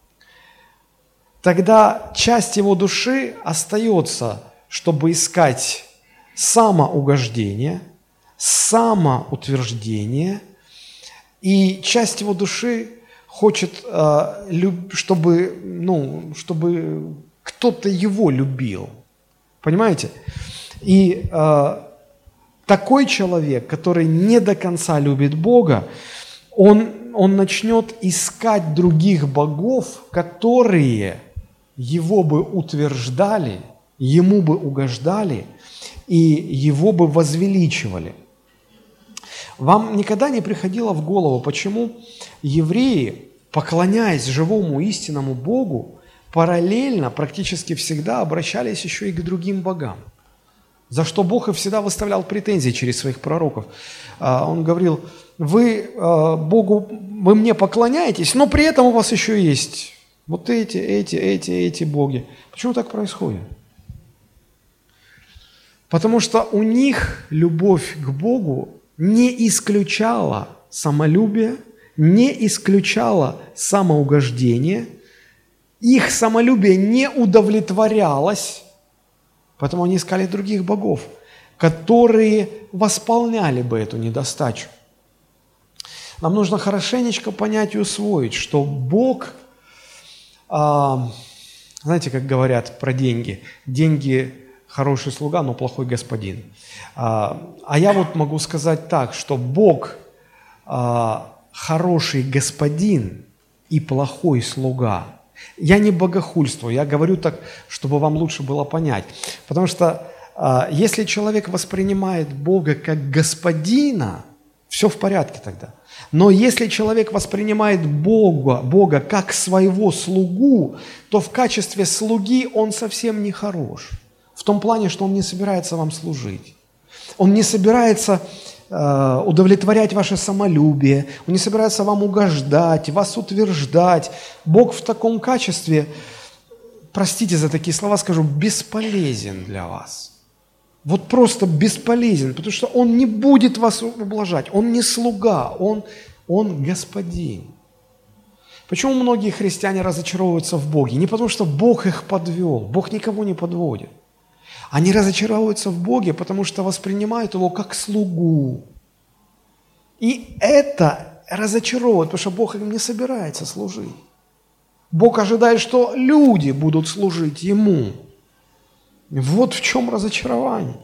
тогда часть его души остается, чтобы искать самоугождение, самоутверждение, и часть его души хочет, чтобы, ну, чтобы кто-то его любил. Понимаете? И э, такой человек, который не до конца любит Бога, он, он начнет искать других богов, которые его бы утверждали, ему бы угождали и его бы возвеличивали. Вам никогда не приходило в голову, почему евреи, поклоняясь живому истинному Богу, параллельно практически всегда обращались еще и к другим богам? За что Бог и всегда выставлял претензии через своих пророков. Он говорил: вы Богу, вы мне поклоняетесь, но при этом у вас еще есть вот эти, эти, эти, эти боги. Почему так происходит? Потому что у них любовь к Богу не исключала самолюбие, не исключала самоугождение, их самолюбие не удовлетворялось, поэтому они искали других богов, которые восполняли бы эту недостачу. Нам нужно хорошенечко понять и усвоить, что Бог, а, знаете, как говорят про деньги, деньги хороший слуга, но плохой господин. А, а я вот могу сказать так, что Бог а, хороший господин и плохой слуга. Я не богохульствую, я говорю так, чтобы вам лучше было понять. Потому что а, если человек воспринимает Бога как господина, все в порядке тогда. Но если человек воспринимает Бога, Бога как своего слугу, то в качестве слуги он совсем не хорош. В том плане, что он не собирается вам служить. Он не собирается э, удовлетворять ваше самолюбие, он не собирается вам угождать, вас утверждать. Бог в таком качестве, простите за такие слова, скажу, бесполезен для вас. Вот просто бесполезен, потому что он не будет вас ублажать, он не слуга, он, он господин. Почему многие христиане разочаровываются в Боге? Не потому, что Бог их подвел, Бог никого не подводит. Они разочаровываются в Боге, потому что воспринимают Его как слугу. И это разочаровывает, потому что Бог им не собирается служить. Бог ожидает, что люди будут служить Ему. Вот в чем разочарование.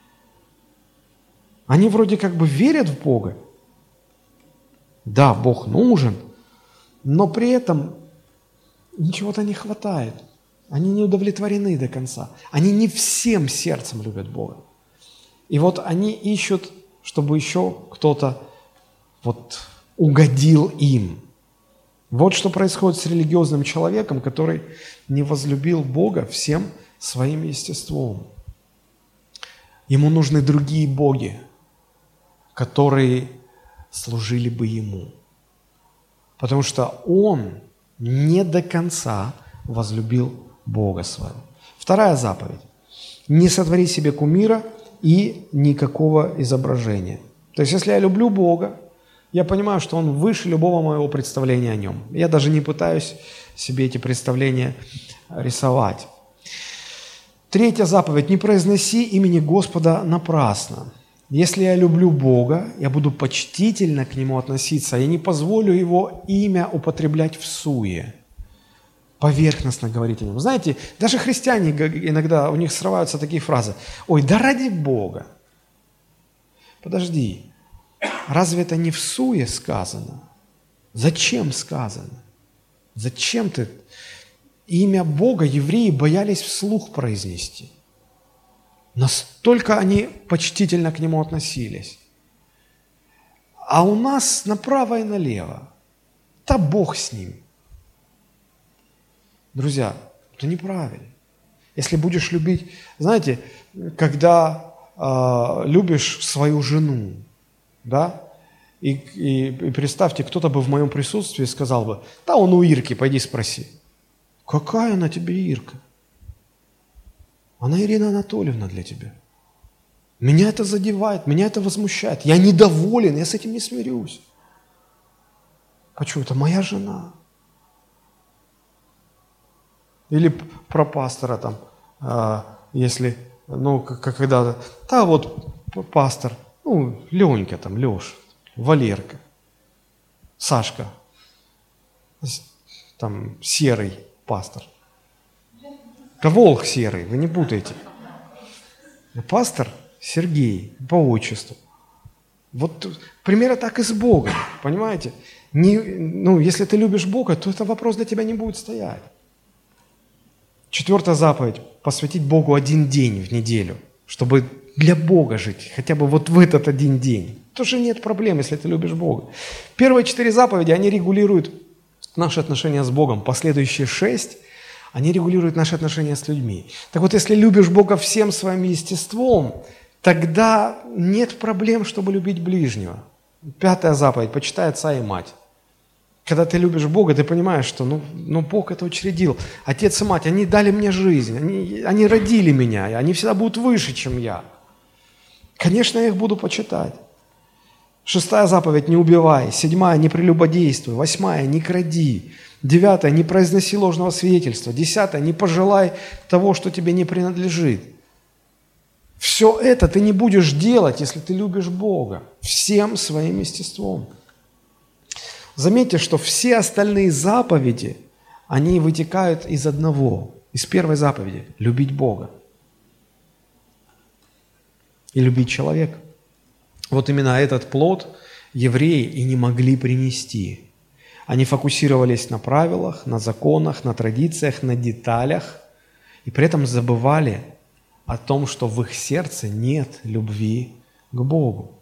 Они вроде как бы верят в Бога. Да, Бог нужен, но при этом им чего-то не хватает. Они не удовлетворены до конца. Они не всем сердцем любят Бога. И вот они ищут, чтобы еще кто-то вот угодил им. Вот что происходит с религиозным человеком, который не возлюбил Бога всем своим естеством. Ему нужны другие боги, которые служили бы ему. Потому что он не до конца возлюбил Бога своего. Вторая заповедь. Не сотвори себе кумира и никакого изображения. То есть, если я люблю Бога, я понимаю, что Он выше любого моего представления о Нем. Я даже не пытаюсь себе эти представления рисовать. Третья заповедь. Не произноси имени Господа напрасно. Если я люблю Бога, я буду почтительно к Нему относиться. Я не позволю Его имя употреблять в суе. Поверхностно говорить о Нем. Знаете, даже христиане иногда, у них срываются такие фразы. Ой, да ради Бога. Подожди. Разве это не в суе сказано? Зачем сказано? Зачем ты? Имя Бога евреи боялись вслух произнести. Настолько они почтительно к Нему относились. А у нас направо и налево. Да Бог с ним. Друзья, это неправильно. Если будешь любить, знаете, когда э, любишь свою жену, да, и, и, и представьте, кто-то бы в моем присутствии сказал бы, да он у Ирки, пойди спроси. Какая она тебе Ирка? Она Ирина Анатольевна для тебя. Меня это задевает, меня это возмущает. Я недоволен, я с этим не смирюсь. Почему? Это моя жена. Или про пастора там, а, если, ну, когда, да, вот пастор, ну, Ленька там, Леша, Валерка, Сашка, там, серый пастор. Да волк серый, вы не путаете. Пастор Сергей по отчеству. Вот примерно так и с Богом, понимаете? Не, ну, если ты любишь Бога, то этот вопрос для тебя не будет стоять. Четвертая заповедь – посвятить Богу один день в неделю, чтобы для Бога жить, хотя бы вот в этот один день. Тоже нет проблем, если ты любишь Бога. Первые четыре заповеди, они регулируют наши отношения с Богом. Последующие шесть, они регулируют наши отношения с людьми. Так вот, если любишь Бога всем своим естеством, тогда нет проблем, чтобы любить ближнего. Пятая заповедь – почитай отца и мать. Когда ты любишь Бога, ты понимаешь, что ну, ну, Бог это учредил. Отец и мать, они дали мне жизнь, они, они родили меня, и они всегда будут выше, чем я. Конечно, я их буду почитать. Шестая заповедь – не убивай. Седьмая – не прелюбодействуй. Восьмая – не кради. Девятая – не произноси ложного свидетельства. Десятая – не пожелай того, что тебе не принадлежит. Все это ты не будешь делать, если ты любишь Бога всем своим естеством. Заметьте, что все остальные заповеди, они вытекают из одного, из первой заповеди – любить Бога и любить человека. Вот именно этот плод евреи и не могли принести. Они фокусировались на правилах, на законах, на традициях, на деталях, и при этом забывали о том, что в их сердце нет любви к Богу.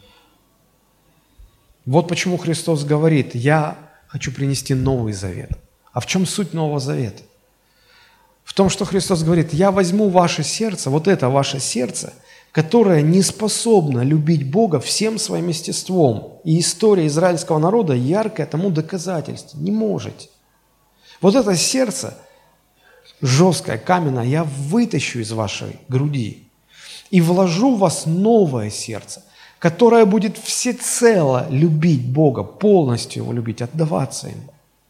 Вот почему Христос говорит: «Я хочу принести Новый Завет». А в чем суть Нового Завета? В том, что Христос говорит: «Я возьму ваше сердце, вот это ваше сердце, которое не способно любить Бога всем своим естеством». И история израильского народа яркое тому доказательство. Не можете. Вот это сердце жесткое, каменное, я вытащу из вашей груди и вложу в вас новое сердце, которое будет всецело любить Бога, полностью Его любить, отдаваться Ему.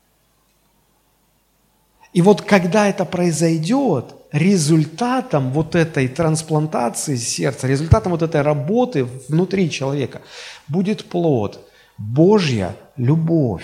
И вот когда это произойдет, результатом вот этой трансплантации сердца, результатом вот этой работы внутри человека будет плод – Божья любовь.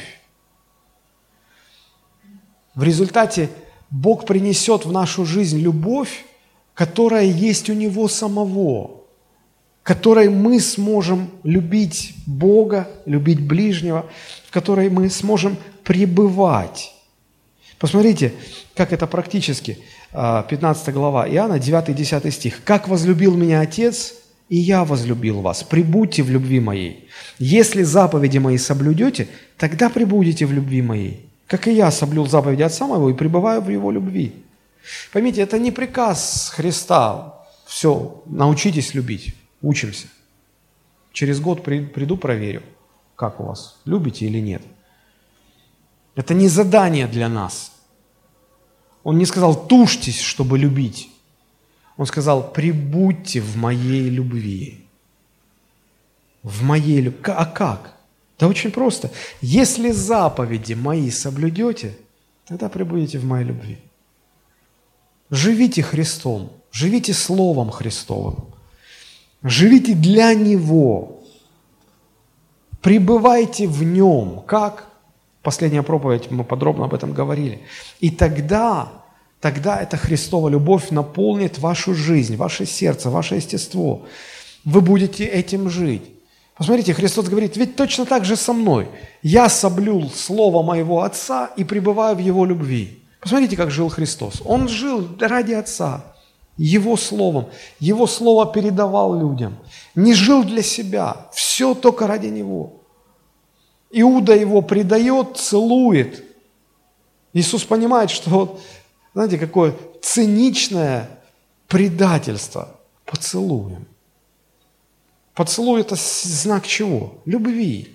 В результате Бог принесет в нашу жизнь любовь, которая есть у Него самого, которой мы сможем любить Бога, любить ближнего, в которой мы сможем пребывать. Посмотрите, как это практически. пятнадцатая глава Иоанна, девятый-десятый стих. «Как возлюбил меня Отец, и я возлюбил вас. Прибудьте в любви моей. Если заповеди мои соблюдете, тогда прибудете в любви моей. Как и я соблюл заповеди Отца моего и пребываю в Его любви». Поймите, это не приказ Христа. Все, научитесь любить. Учимся. Через год приду, проверю, как у вас, любите или нет. Это не задание для нас. Он не сказал: тушьтесь, чтобы любить. Он сказал: прибудьте в моей любви. В моей любви. А как? Да очень просто. Если заповеди мои соблюдете, тогда прибудете в моей любви. Живите Христом, живите Словом Христовым, живите для Него, пребывайте в Нем. Как? Последняя проповедь, мы подробно об этом говорили. И тогда, тогда эта Христова любовь наполнит вашу жизнь, ваше сердце, ваше естество. Вы будете этим жить. Посмотрите, Христос говорит: ведь точно так же со мной. Я соблюл слово моего Отца и пребываю в Его любви. Посмотрите, как жил Христос. Он жил ради Отца, Его словом. Его слово передавал людям. Не жил для себя, все только ради Него. Иуда его предает, целует. Иисус понимает, что, вот, знаете, какое циничное предательство поцелуем. Поцелуй – это знак чего? Любви.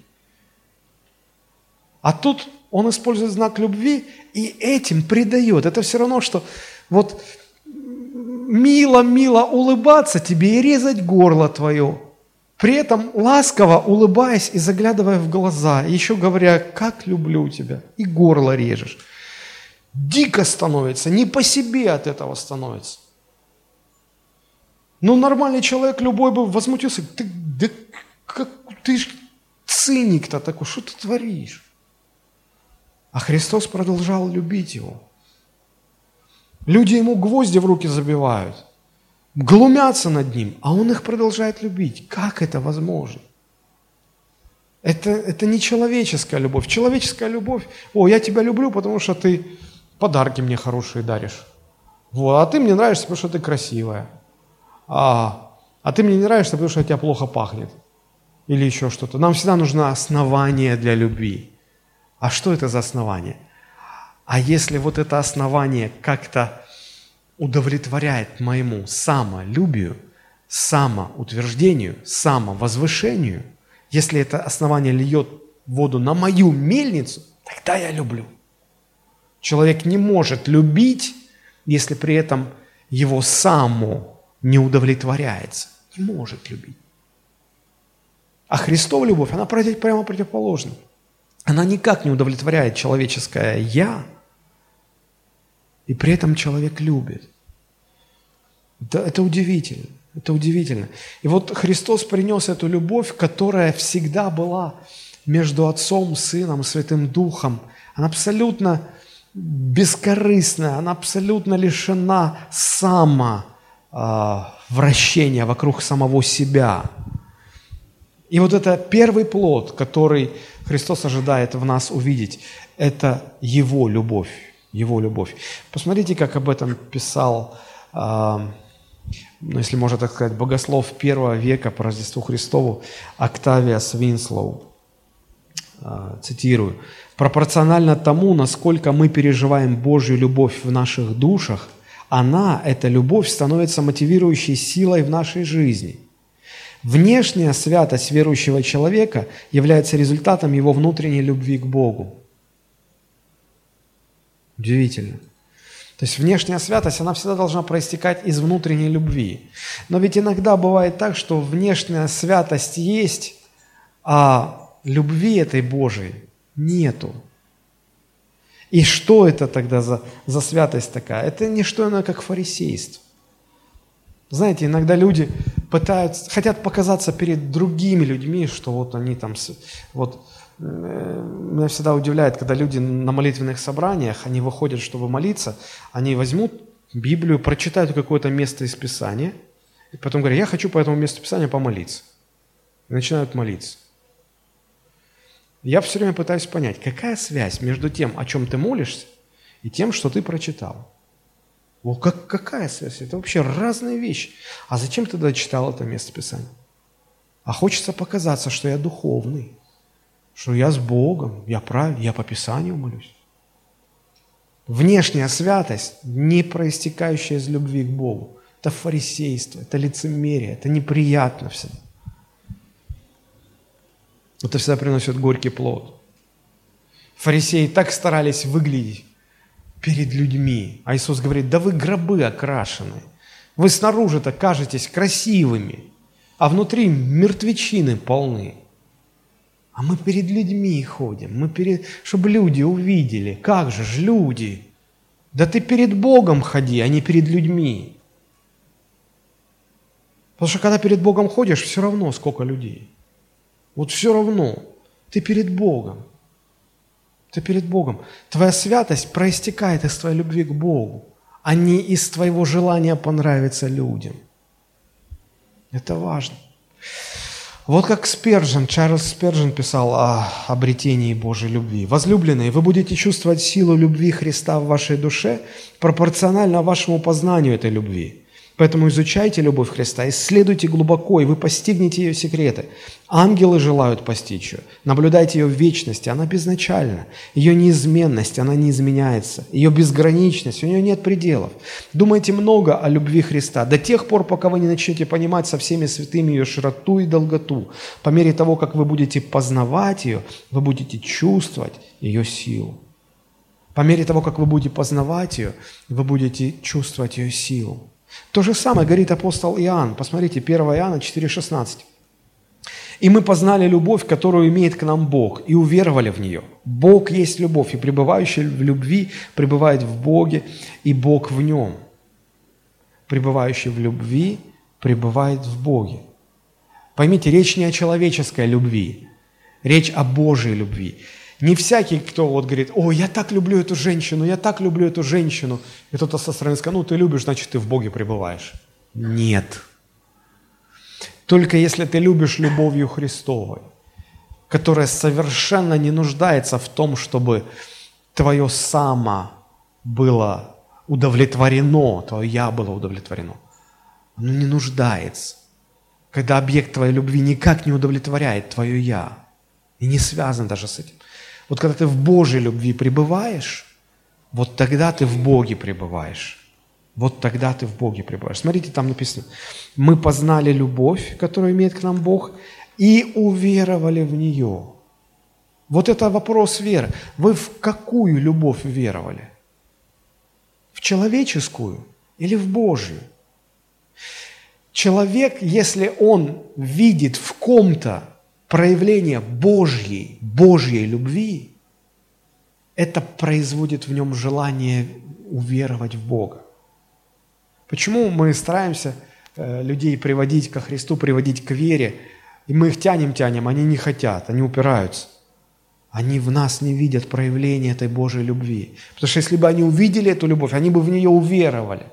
А тут он использует знак любви и этим предает. Это все равно, что вот мило-мило улыбаться тебе и резать горло твое. При этом ласково улыбаясь и заглядывая в глаза, еще говоря: как люблю тебя, и горло режешь. Дико становится, не по себе от этого становится. Ну, нормальный человек любой бы возмутился: ты, да, как, ты ж циник-то такой, что ты творишь? А Христос продолжал любить его. Люди ему гвозди в руки забивают, глумятся над ним, а он их продолжает любить. Как это возможно? Это, это не человеческая любовь. Человеческая любовь: о, я тебя люблю, потому что ты подарки мне хорошие даришь. Вот, а ты мне нравишься, потому что ты красивая. А, а ты мне не нравишься, потому что от тебя плохо пахнет. Или еще что-то. Нам всегда нужно основание для любви. А что это за основание? А если вот это основание как-то удовлетворяет моему самолюбию, самоутверждению, самовозвышению, если это основание льет воду на мою мельницу, тогда я люблю. Человек не может любить, если при этом его само не удовлетворяется. Не может любить. А Христова любовь, она прямо противоположна. Она никак не удовлетворяет человеческое «я», и при этом человек любит. Это, это удивительно, это удивительно. И вот Христос принес эту любовь, которая всегда была между Отцом, Сыном, Святым Духом. Она абсолютно бескорыстная, она абсолютно лишена самовращения вокруг самого себя. И вот это первый плод, который Христос ожидает в нас увидеть, это Его любовь, Его любовь. Посмотрите, как об этом писал, ну, если можно так сказать, богослов первого века по Рождеству Христову Октавиас Винслоу. Цитирую. «Пропорционально тому, насколько мы переживаем Божью любовь в наших душах, она, эта любовь, становится мотивирующей силой в нашей жизни. Внешняя святость верующего человека является результатом его внутренней любви к Богу». Удивительно. То есть внешняя святость, она всегда должна проистекать из внутренней любви. Но ведь иногда бывает так, что внешняя святость есть, а любви этой Божией нету. И что это тогда за, за святость такая? Это не что иное, как фарисейство. Знаете, иногда люди пытаются, хотят показаться перед другими людьми, что вот они там, вот, э, меня всегда удивляет, когда люди на молитвенных собраниях, они выходят, чтобы молиться, они возьмут Библию, прочитают какое-то место из Писания, и потом говорят, я хочу по этому месту Писания помолиться. И начинают молиться. Я все время пытаюсь понять, какая связь между тем, о чем ты молишься, и тем, что ты прочитал. О, как, какая связь? Это вообще разные вещи. А зачем ты тогда читал это место Писания? А хочется показаться, что я духовный, что я с Богом, я прав, я по Писанию молюсь. Внешняя святость, не проистекающая из любви к Богу, это фарисейство, это лицемерие, это неприятно всегда. Это всегда приносит горький плод. Фарисеи так старались выглядеть перед людьми. А Иисус говорит, да вы гробы окрашены. Вы снаружи-то кажетесь красивыми, а внутри мертвечины полны. А мы перед людьми ходим, мы перед... чтобы люди увидели. Как же ж люди? Да ты перед Богом ходи, а не перед людьми. Потому что когда перед Богом ходишь, все равно сколько людей. Вот все равно, ты перед Богом, ты перед Богом. Твоя святость проистекает из твоей любви к Богу, а не из твоего желания понравиться людям. Это важно. Вот как Спержен, Чарльз Спержен писал о обретении Божьей любви. «Возлюбленные, вы будете чувствовать силу любви Христа в вашей душе пропорционально вашему познанию этой любви. Поэтому изучайте любовь Христа, исследуйте глубоко, и вы постигнете ее секреты. Ангелы желают постичь ее. Наблюдайте ее в вечности, она безначальна. Ее неизменность, она не изменяется. Ее безграничность, у нее нет пределов. Думайте много о любви Христа до тех пор, пока вы не начнете понимать со всеми святыми ее широту и долготу. По мере того, как вы будете познавать ее, вы будете чувствовать ее силу. По мере того, как вы будете познавать ее, вы будете чувствовать ее силу. То же самое говорит апостол Иоанн. Посмотрите, первое Иоанна четыре шестнадцать. «И мы познали любовь, которую имеет к нам Бог, и уверовали в нее. Бог есть любовь, и пребывающий в любви пребывает в Боге, и Бог в нем. Пребывающий в любви пребывает в Боге». Поймите, речь не о человеческой любви, речь о Божьей любви. Не всякий, кто вот говорит, о, я так люблю эту женщину, я так люблю эту женщину. И кто-то со стороны скажет, ну, ты любишь, значит, ты в Боге пребываешь. Нет. Только если ты любишь любовью Христовой, которая совершенно не нуждается в том, чтобы твое само было удовлетворено, твое я было удовлетворено. Оно не нуждается. Когда объект твоей любви никак не удовлетворяет твое я, и не связан даже с этим. Вот когда ты в Божьей любви пребываешь, вот тогда ты в Боге пребываешь. Вот тогда ты в Боге пребываешь. Смотрите, там написано, мы познали любовь, которую имеет к нам Бог, и уверовали в нее. Вот это вопрос веры. Вы в какую любовь уверовали? В человеческую или в Божью? Человек, если он видит в ком-то проявление Божьей, Божьей любви, это производит в нем желание уверовать в Бога. Почему мы стараемся э, людей приводить ко Христу, приводить к вере, и мы их тянем-тянем, они не хотят, они упираются. Они в нас не видят проявления этой Божьей любви. Потому что если бы они увидели эту любовь, они бы в нее уверовали.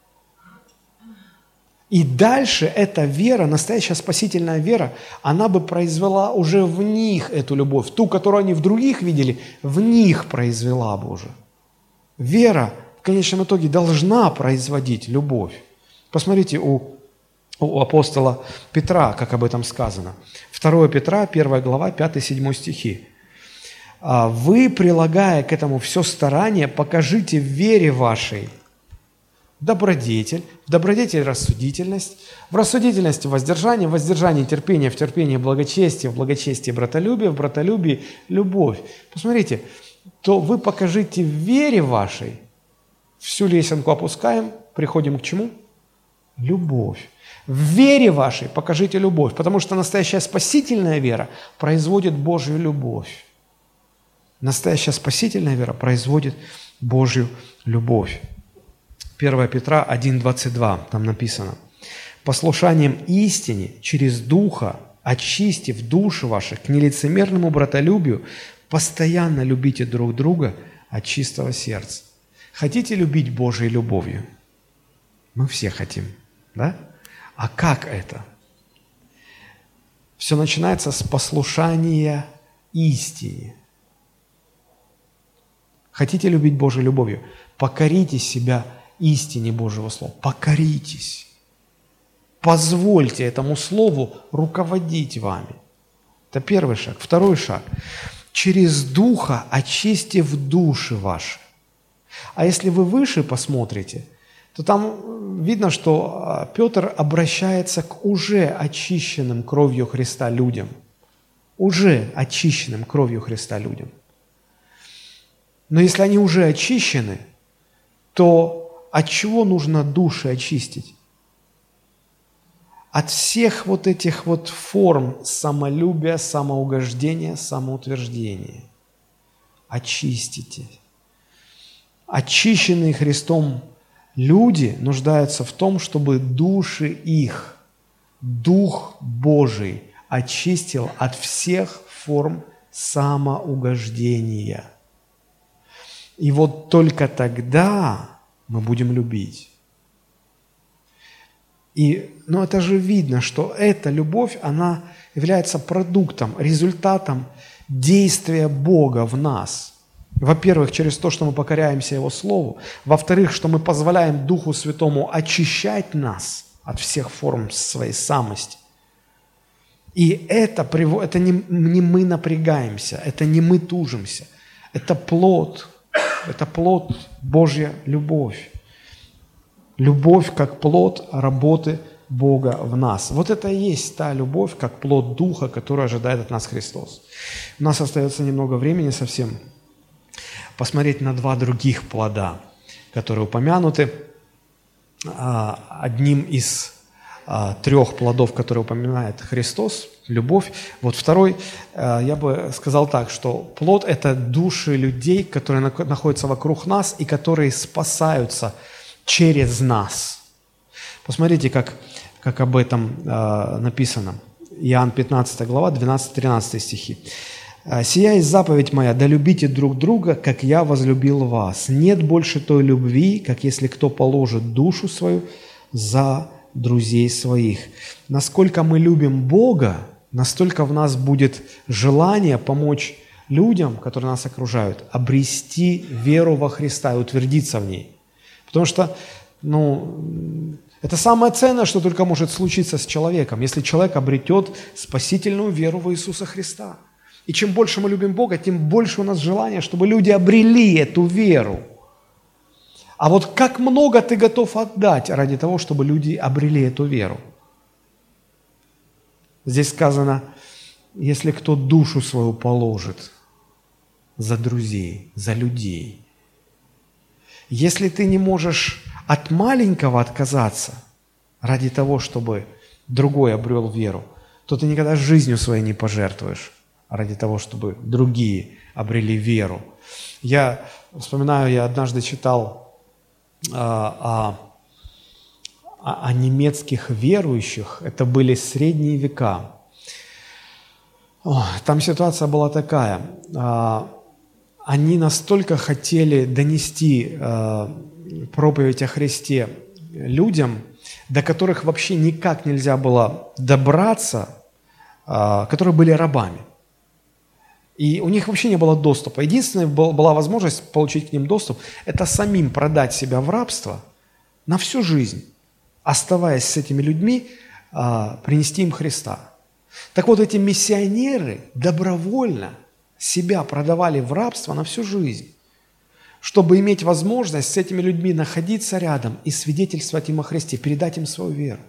И дальше эта вера, настоящая спасительная вера, она бы произвела уже в них эту любовь. Ту, которую они в других видели, в них произвела бы уже. Вера в конечном итоге должна производить любовь. Посмотрите у, у апостола Петра, как об этом сказано. второе Петра, первая глава, пятый-седьмой стихи. «Вы, прилагая к этому все старание, покажите в вере вашей добродетель, в добродетель рассудительность, в рассудительности воздержание, в воздержании терпение, в терпении благочестие, в благочестии братолюбие, в братолюбии любовь». Посмотрите, то вы покажите в вере вашей, всю лесенку опускаем, приходим к чему? Любовь. В вере вашей покажите любовь, потому что настоящая спасительная вера производит Божью любовь. Настоящая спасительная вера производит Божью любовь. первое Петра один двадцать два, там написано: «Послушанием истине через Духа, очистив души ваши к нелицемерному братолюбию, постоянно любите друг друга от чистого сердца». Хотите любить Божьей любовью? Мы все хотим, да? А как это? Все начинается с послушания истине. Хотите любить Божьей любовью? Покорите себя истине Божьего Слова. Покоритесь. Позвольте этому Слову руководить вами. Это первый шаг. Второй шаг. Через Духа очистив души ваши. А если вы выше посмотрите, то там видно, что Петр обращается к уже очищенным кровью Христа людям. Уже очищенным кровью Христа людям. Но если они уже очищены, то от чего нужно души очистить? От всех вот этих вот форм самолюбия, самоугождения, самоутверждения. Очистите. Очищенные Христом люди нуждаются в том, чтобы души их, Дух Божий очистил от всех форм самоугождения. И вот только тогда мы будем любить. И, ну, это же видно, что эта любовь, она является продуктом, результатом действия Бога в нас. Во-первых, через то, что мы покоряемся Его Слову. Во-вторых, что мы позволяем Духу Святому очищать нас от всех форм своей самости. И это, это не, не мы напрягаемся, это не мы тужимся. Это плод, это плод Божья любовь. Любовь как плод работы Бога в нас. Вот это и есть та любовь, как плод Духа, который ожидает от нас Христос. У нас остается немного времени совсем посмотреть на два других плода, которые упомянуты. Одним из трех плодов, которые упоминает Христос, любовь. Вот второй, я бы сказал так, что плод – это души людей, которые находятся вокруг нас и которые спасаются через нас. Посмотрите, как, как об этом написано. Иоанн пятнадцатая глава, двенадцатый-тринадцатый стихи. «Сия есть заповедь моя, да любите друг друга, как я возлюбил вас. Нет больше той любви, как если кто положит душу свою за друзей своих». Насколько мы любим Бога, настолько в нас будет желание помочь людям, которые нас окружают, обрести веру во Христа и утвердиться в ней. Потому что, ну, это самое ценное, что только может случиться с человеком, если человек обретет спасительную веру в Иисуса Христа. И чем больше мы любим Бога, тем больше у нас желания, чтобы люди обрели эту веру. А вот как много ты готов отдать ради того, чтобы люди обрели эту веру? Здесь сказано, если кто душу свою положит за друзей, за людей. Если ты не можешь от маленького отказаться ради того, чтобы другой обрел веру, то ты никогда жизнью своей не пожертвуешь ради того, чтобы другие обрели веру. Я вспоминаю, я однажды читал а, о, о немецких верующих, это были средние века. О, там ситуация была такая, а, они настолько хотели донести а, проповедь о Христе людям, до которых вообще никак нельзя было добраться, а, которые были рабами. И у них вообще не было доступа. Единственная была возможность получить к ним доступ – это самим продать себя в рабство на всю жизнь, оставаясь с этими людьми, принести им Христа. Так вот, эти миссионеры добровольно себя продавали в рабство на всю жизнь, чтобы иметь возможность с этими людьми находиться рядом и свидетельствовать им о Христе, передать им свою веру.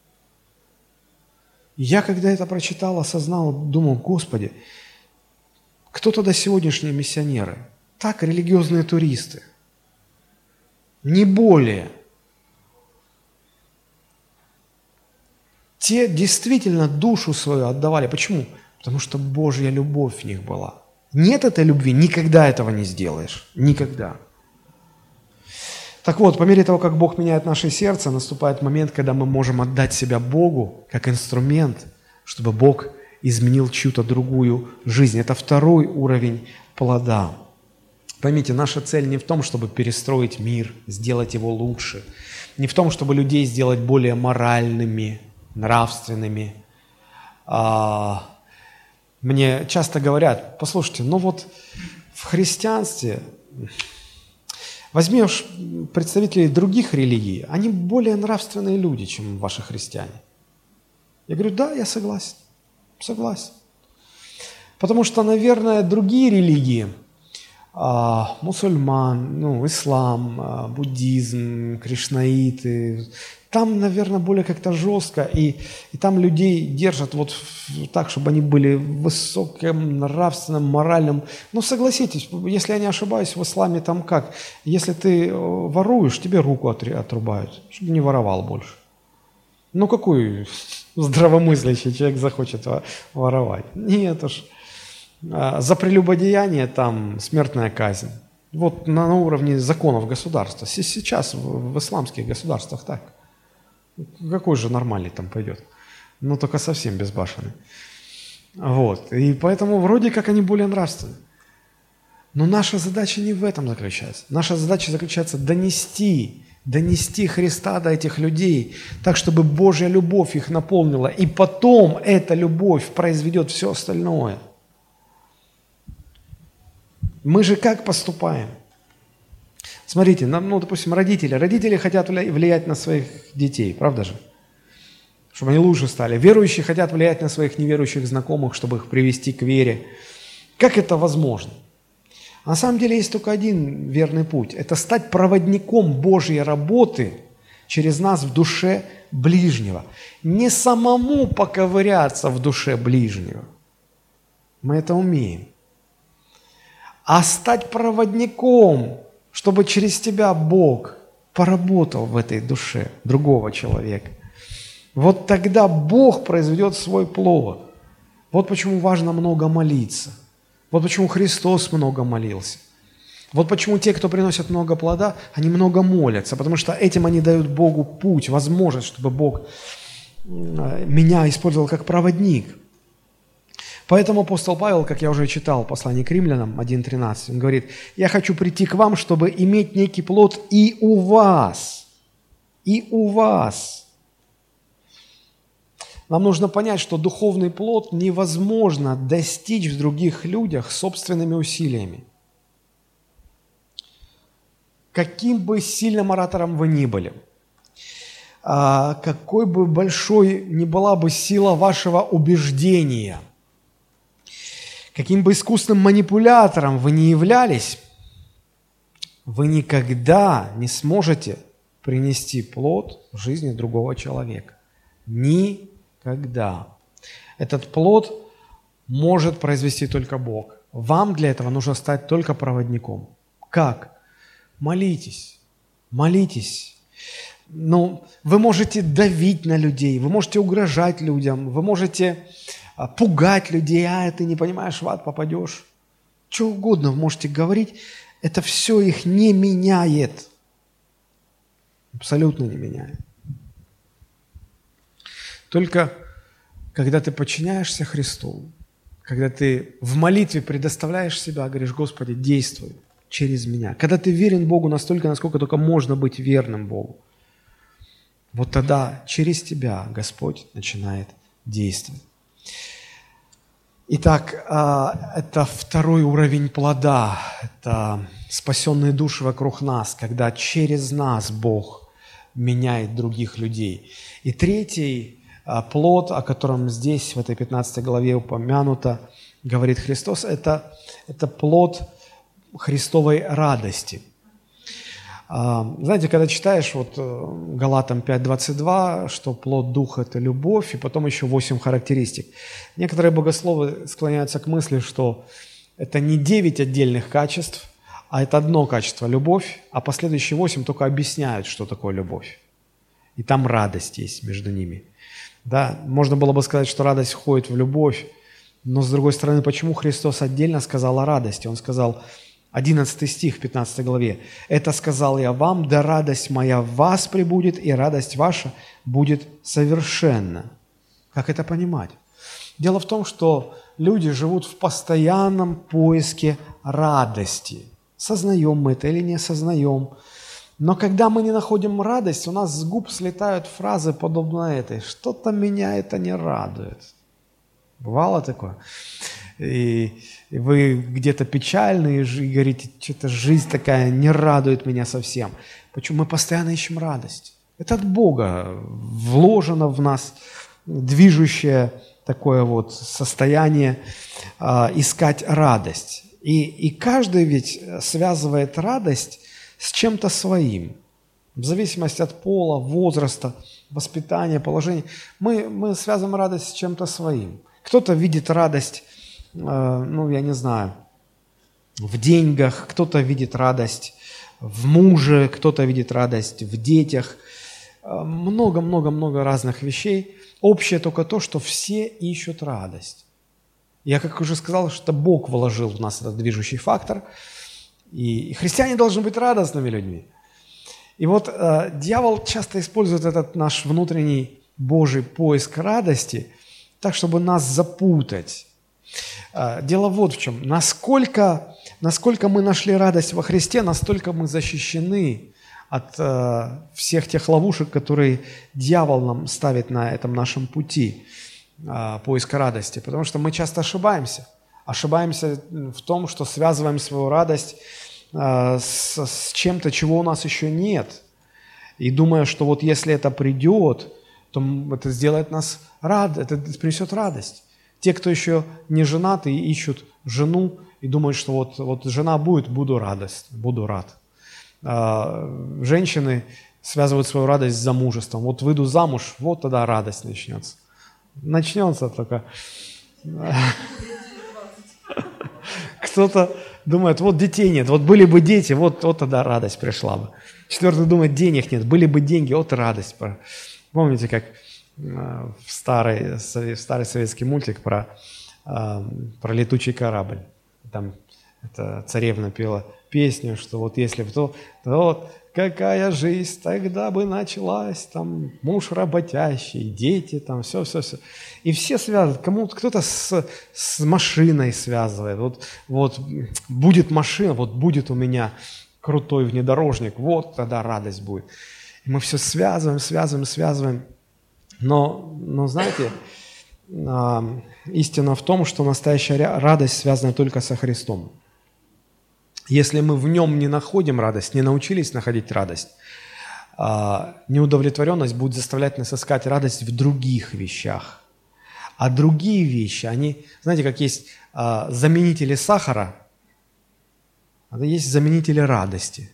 Я, когда это прочитал, осознал, думал, Господи, кто тогда сегодняшние миссионеры? Так, религиозные туристы. Не более. Те действительно душу свою отдавали. Почему? Потому что Божья любовь в них была. Нет этой любви, никогда этого не сделаешь. Никогда. Так вот, по мере того, как Бог меняет наше сердце, наступает момент, когда мы можем отдать себя Богу как инструмент, чтобы Бог изменил чью-то другую жизнь. Это второй уровень плода. Поймите, наша цель не в том, чтобы перестроить мир, сделать его лучше, не в том, чтобы людей сделать более моральными, нравственными. А, мне часто говорят, послушайте, ну вот в христианстве возьмешь представителей других религий, они более нравственные люди, чем ваши христиане. Я говорю, да, я согласен. Согласен. Потому что, наверное, другие религии, а, мусульман, ну, ислам, а, буддизм, кришнаиты, там, наверное, более как-то жестко, и, и там людей держат вот в, так, чтобы они были высоким, нравственным, моральным. Ну, согласитесь, если я не ошибаюсь, в исламе там как? Если ты воруешь, тебе руку отрубают, чтобы не воровал больше. Ну, какой здравомыслящий человек захочет воровать? Нет уж. За прелюбодеяние там смертная казнь. Вот на, на уровне законов государства. Сейчас в, в исламских государствах так. Какой же нормальный там пойдет? Ну, только совсем безбашенный. Вот. И поэтому вроде как они более нравственны. Но наша задача не в этом заключается. Наша задача заключается донести донести Христа до этих людей, так, чтобы Божья любовь их наполнила, и потом эта любовь произведет все остальное. Мы же как поступаем? Смотрите, нам, ну, допустим, родители. Родители хотят влиять на своих детей, правда же? Чтобы они лучше стали. Верующие хотят влиять на своих неверующих знакомых, чтобы их привести к вере. Как это возможно? На самом деле есть только один верный путь. Это стать проводником Божьей работы через нас в душе ближнего. Не самому поковыряться в душе ближнего. Мы это умеем. А стать проводником, чтобы через тебя Бог поработал в этой душе другого человека. Вот тогда Бог произведет свой плод. Вот почему важно много молиться. Вот почему Христос много молился. Вот почему те, кто приносят много плода, они много молятся, потому что этим они дают Богу путь, возможность, чтобы Бог меня использовал как проводник. Поэтому апостол Павел, как я уже читал в послании к Римлянам один тринадцать, он говорит, «Я хочу прийти к вам, чтобы иметь некий плод и у вас, и у вас». Нам нужно понять, что духовный плод невозможно достичь в других людях собственными усилиями. Каким бы сильным оратором вы ни были, какой бы большой ни была бы сила вашего убеждения, каким бы искусным манипулятором вы ни являлись, вы никогда не сможете принести плод в жизни другого человека. Никогда. Когда этот плод может произвести только Бог. Вам для этого нужно стать только проводником. Как? Молитесь, молитесь. Ну, вы можете давить на людей, вы можете угрожать людям, вы можете а, пугать людей, а, ты не понимаешь, в ад попадешь. Что угодно вы можете говорить, это все их не меняет. Абсолютно не меняет. Только когда ты подчиняешься Христу, когда ты в молитве предоставляешь себя, говоришь: Господи, действуй через меня. Когда ты верен Богу настолько, насколько только можно быть верным Богу, вот тогда через тебя Господь начинает действовать. Итак, это второй уровень плода, это спасенные души вокруг нас, когда через нас Бог меняет других людей. И третий плод, о котором здесь, в этой пятнадцатой главе упомянуто, говорит Христос, это, это плод Христовой радости. Знаете, когда читаешь вот Галатам пять двадцать два, что плод Духа – это любовь, и потом еще восемь характеристик. Некоторые богословы склоняются к мысли, что это не девять отдельных качеств, а это одно качество – любовь, а последующие восемь только объясняют, что такое любовь. И там радость есть между ними. Да, можно было бы сказать, что радость входит в любовь, но с другой стороны, почему Христос отдельно сказал о радости? Он сказал, одиннадцатый стих в пятнадцатой главе, «Это сказал я вам, да радость моя в вас пребудет, и радость ваша будет совершенна». Как это понимать? Дело в том, что люди живут в постоянном поиске радости. Сознаем мы это или не сознаем. Но когда мы не находим радость, у нас с губ слетают фразы, подобные этой: «Что-то меня это не радует». Бывало такое? И, и вы где-то печальны и говорите: что-то жизнь такая не радует меня совсем. Почему? Мы постоянно ищем радость. Это от Бога вложено в нас движущее такое вот состояние а, искать радость. И, и каждый ведь связывает радость с чем-то своим, в зависимости от пола, возраста, воспитания, положения. Мы, мы связываем радость с чем-то своим. Кто-то видит радость, э, ну, я не знаю, в деньгах, кто-то видит радость в муже, кто-то видит радость в детях. Много-много-много разных вещей. Общее только то, что все ищут радость. Я, как уже сказал, что Бог вложил в нас этот движущий фактор. И христиане должны быть радостными людьми. И вот э, дьявол часто использует этот наш внутренний Божий поиск радости так, чтобы нас запутать. Э, дело вот в чем. Насколько, насколько мы нашли радость во Христе, настолько мы защищены от э, всех тех ловушек, которые дьявол нам ставит на этом нашем пути э, поиска радости. Потому что мы часто ошибаемся. Ошибаемся в том, что связываем свою радость э, с, с чем-то, чего у нас еще нет. И думая, что вот если это придет, то это сделает нас рад, это принесет радость. Те, кто еще не женаты, ищут жену и думают, что вот, вот жена будет, буду радость, буду рад. Э, женщины связывают свою радость с замужеством. Вот выйду замуж, вот тогда радость начнется. Начнется только... Кто-то думает, вот детей нет, вот были бы дети, вот, вот тогда радость пришла бы. Четвертый думает, денег нет, были бы деньги, вот радость. Помните, как в старый, в старый советский мультик про, про летучий корабль? Там эта царевна пела песню, что вот если бы то, то вот какая жизнь тогда бы началась, там муж работящий, дети, там все-все-все. И все связывают, кому-то, кто-то с, с машиной связывает. Вот, вот будет машина, вот будет у меня крутой внедорожник, вот тогда радость будет. И мы все связываем, связываем, связываем. Но, но знаете, истина в том, что настоящая радость связана только со Христом. Если мы в нем не находим радость, не научились находить радость, неудовлетворенность будет заставлять нас искать радость в других вещах. А другие вещи, они, знаете, как есть заменители сахара, а есть заменители радости.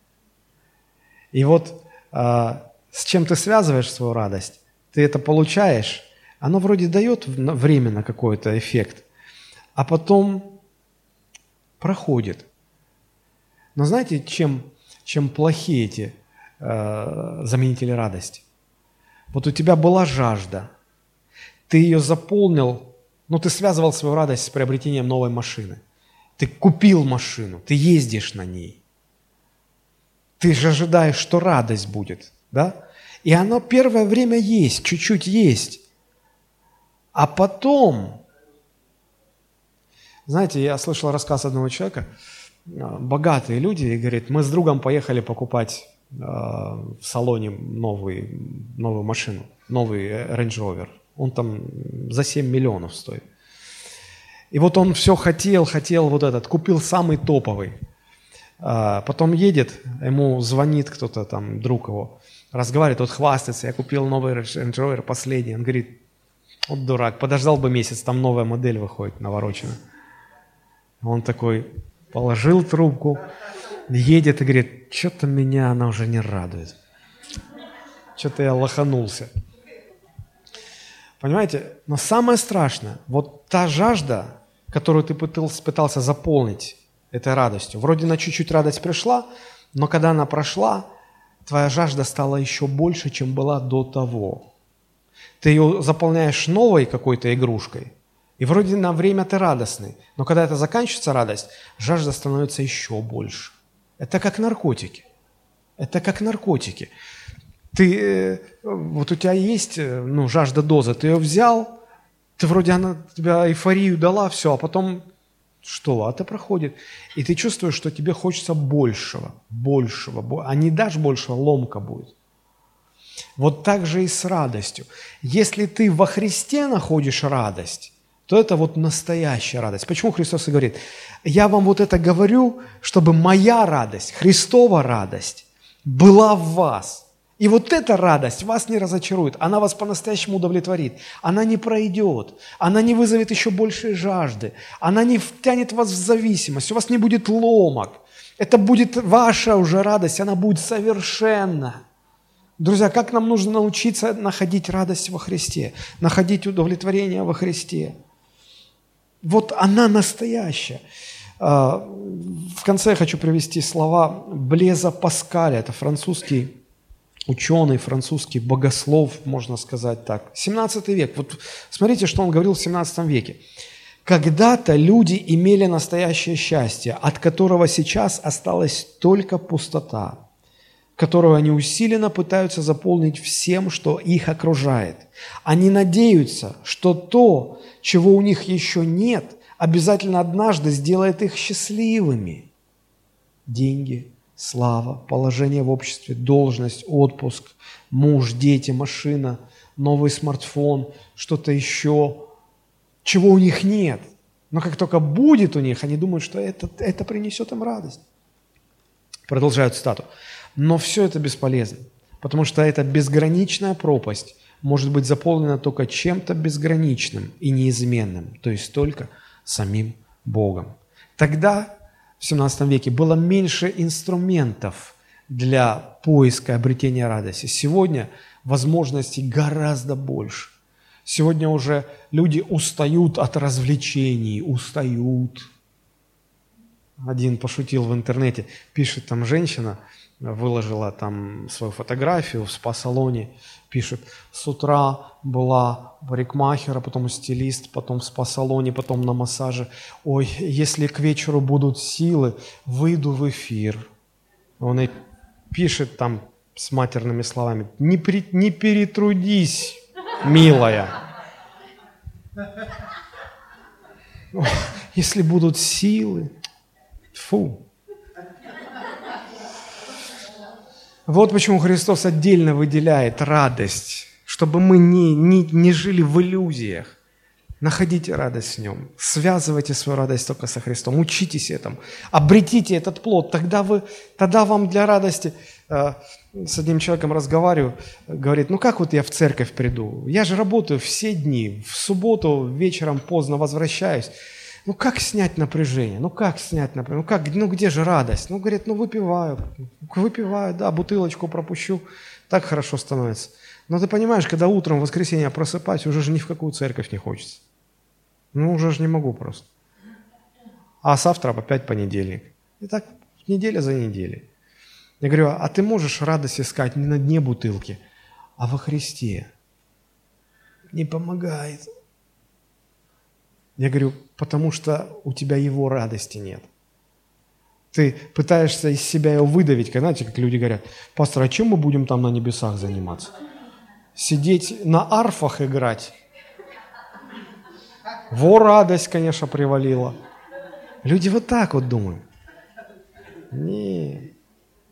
И вот с чем ты связываешь свою радость, ты это получаешь, оно вроде дает временно какой-то эффект, а потом проходит. Но знаете, чем, чем плохи эти э, заменители радости. Вот у тебя была жажда, ты ее заполнил, ну ты связывал свою радость с приобретением новой машины. Ты купил машину, ты ездишь на ней. Ты же ожидаешь, что радость будет, да? И оно первое время есть, чуть-чуть есть. А потом, знаете, я слышал рассказ одного человека, богатые люди, и говорит, мы с другом поехали покупать э, в салоне новый, новую машину, новый Range Rover. Он там за семь миллионов стоит. И вот он все хотел, хотел вот этот, купил самый топовый. А потом едет, ему звонит кто-то там, друг его, разговаривает, тот хвастается, я купил новый Range Rover, последний. Он говорит, вот дурак, подождал бы месяц, там новая модель выходит, навороченная. Он такой положил трубку, едет и говорит, что-то меня она уже не радует. Что-то я лоханулся. Понимаете? Но самое страшное, вот та жажда, которую ты пытался, пытался заполнить этой радостью, вроде на чуть-чуть радость пришла, но когда она прошла, твоя жажда стала еще больше, чем была до того. Ты ее заполняешь новой какой-то игрушкой, и вроде на время ты радостный, но когда это заканчивается радость, жажда становится еще больше. Это как наркотики. Это как наркотики. Ты, вот у тебя есть ну, жажда дозы, ты ее взял, ты вроде она тебя эйфорию дала, все, а потом что? А это проходит. И ты чувствуешь, что тебе хочется большего, большего. А не дашь большего, ломка будет. Вот так же и с радостью. Если ты во Христе находишь радость, то это вот настоящая радость. Почему Христос и говорит, я вам вот это говорю, чтобы моя радость, Христова радость была в вас. И вот эта радость вас не разочарует, она вас по-настоящему удовлетворит, она не пройдет, она не вызовет еще большей жажды, она не втянет вас в зависимость, у вас не будет ломок. Это будет ваша уже радость, она будет совершенна. Друзья, как нам нужно научиться находить радость во Христе, находить удовлетворение во Христе? Вот она настоящая. В конце я хочу привести слова Блеза Паскаля, это французский ученый, французский богослов, можно сказать так. семнадцатый век. Вот смотрите, что он говорил в семнадцатом веке. «Когда-то люди имели настоящее счастье, от которого сейчас осталась только пустота, которую они усиленно пытаются заполнить всем, что их окружает. Они надеются, что то, чего у них еще нет, обязательно однажды сделает их счастливыми. Деньги, слава, положение в обществе, должность, отпуск, муж, дети, машина, новый смартфон, что-то еще, чего у них нет. Но как только будет у них, они думают, что это, это принесет им радость». Продолжаю цитату. «Но все это бесполезно, потому что эта безграничная пропасть может быть заполнена только чем-то безграничным и неизменным, то есть только самим Богом». Тогда, в семнадцатом веке, было меньше инструментов для поиска обретения радости. Сегодня возможностей гораздо больше. Сегодня уже люди устают от развлечений, устают. Один пошутил в интернете, пишет там женщина, выложила там свою фотографию в спа-салоне, пишет, с утра была парикмахера, потом стилист, потом в спа-салоне, потом на массаже. Ой, если к вечеру будут силы, выйду в эфир. Он и пишет там с матерными словами, не, при, не перетрудись, милая. Ой, если будут силы, фу. Вот почему Христос отдельно выделяет радость, чтобы мы не, не, не жили в иллюзиях. Находите радость в Нем, связывайте свою радость только со Христом, учитесь этому, обретите этот плод, тогда, вы, тогда вам для радости, э, с одним человеком разговариваю, говорит, ну как вот я в церковь приду, я же работаю все дни, в субботу вечером поздно возвращаюсь, ну как снять напряжение, ну как снять напряжение, ну как, ну где же радость, ну говорит, ну выпиваю, выпиваю, да, бутылочку пропущу, так хорошо становится. Но ты понимаешь, когда утром в воскресенье просыпаюсь, уже же ни в какую церковь не хочется. Ну, уже же не могу просто. А завтра опять понедельник. И так неделя за неделей. Я говорю, а ты можешь радость искать не на дне бутылки, а во Христе? Не помогает. Я говорю, потому что у тебя Его радости нет. Ты пытаешься из себя его выдавить, как, знаете, как люди говорят, пастор, а чем мы будем там на небесах заниматься? Сидеть на арфах играть? Во радость, конечно, привалила. Люди вот так вот думают. Не.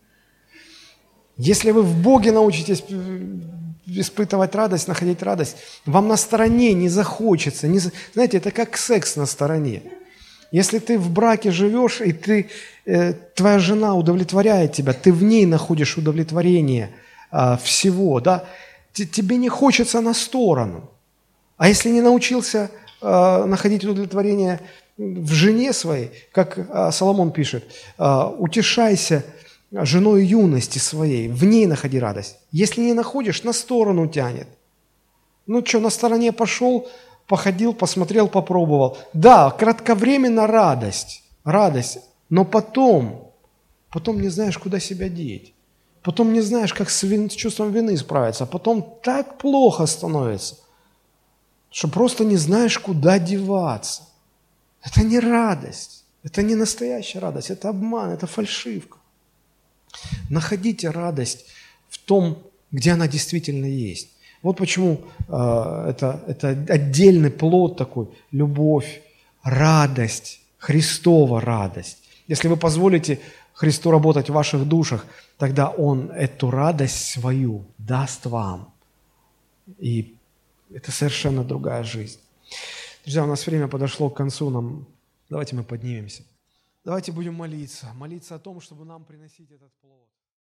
Если вы в Боге научитесь испытывать радость, находить радость, вам на стороне не захочется. Не, знаете, это как секс на стороне. Если ты в браке живешь, и ты, э, твоя жена удовлетворяет тебя, ты в ней находишь удовлетворение э, всего, да, Т- тебе не хочется на сторону. А если не научился э, находить удовлетворение в жене своей, как э, Соломон пишет, э, утешайся женой юности своей, в ней находи радость. Если не находишь, на сторону тянет. Ну что, на стороне пошел, походил, посмотрел, попробовал. Да, кратковременно радость, радость, но потом, потом не знаешь, куда себя деть. Потом не знаешь, как с, вин, с чувством вины справиться. А потом так плохо становится, что просто не знаешь, куда деваться. Это не радость, это не настоящая радость, это обман, это фальшивка. Находите радость в том, где она действительно есть. Вот почему э, это, это отдельный плод такой, любовь, радость, Христова радость. Если вы позволите Христу работать в ваших душах, тогда Он эту радость свою даст вам. И это совершенно другая жизнь. Друзья, у нас время подошло к концу. Нам... Давайте мы поднимемся. Давайте будем молиться. Молиться о том, чтобы нам приносить этот плод.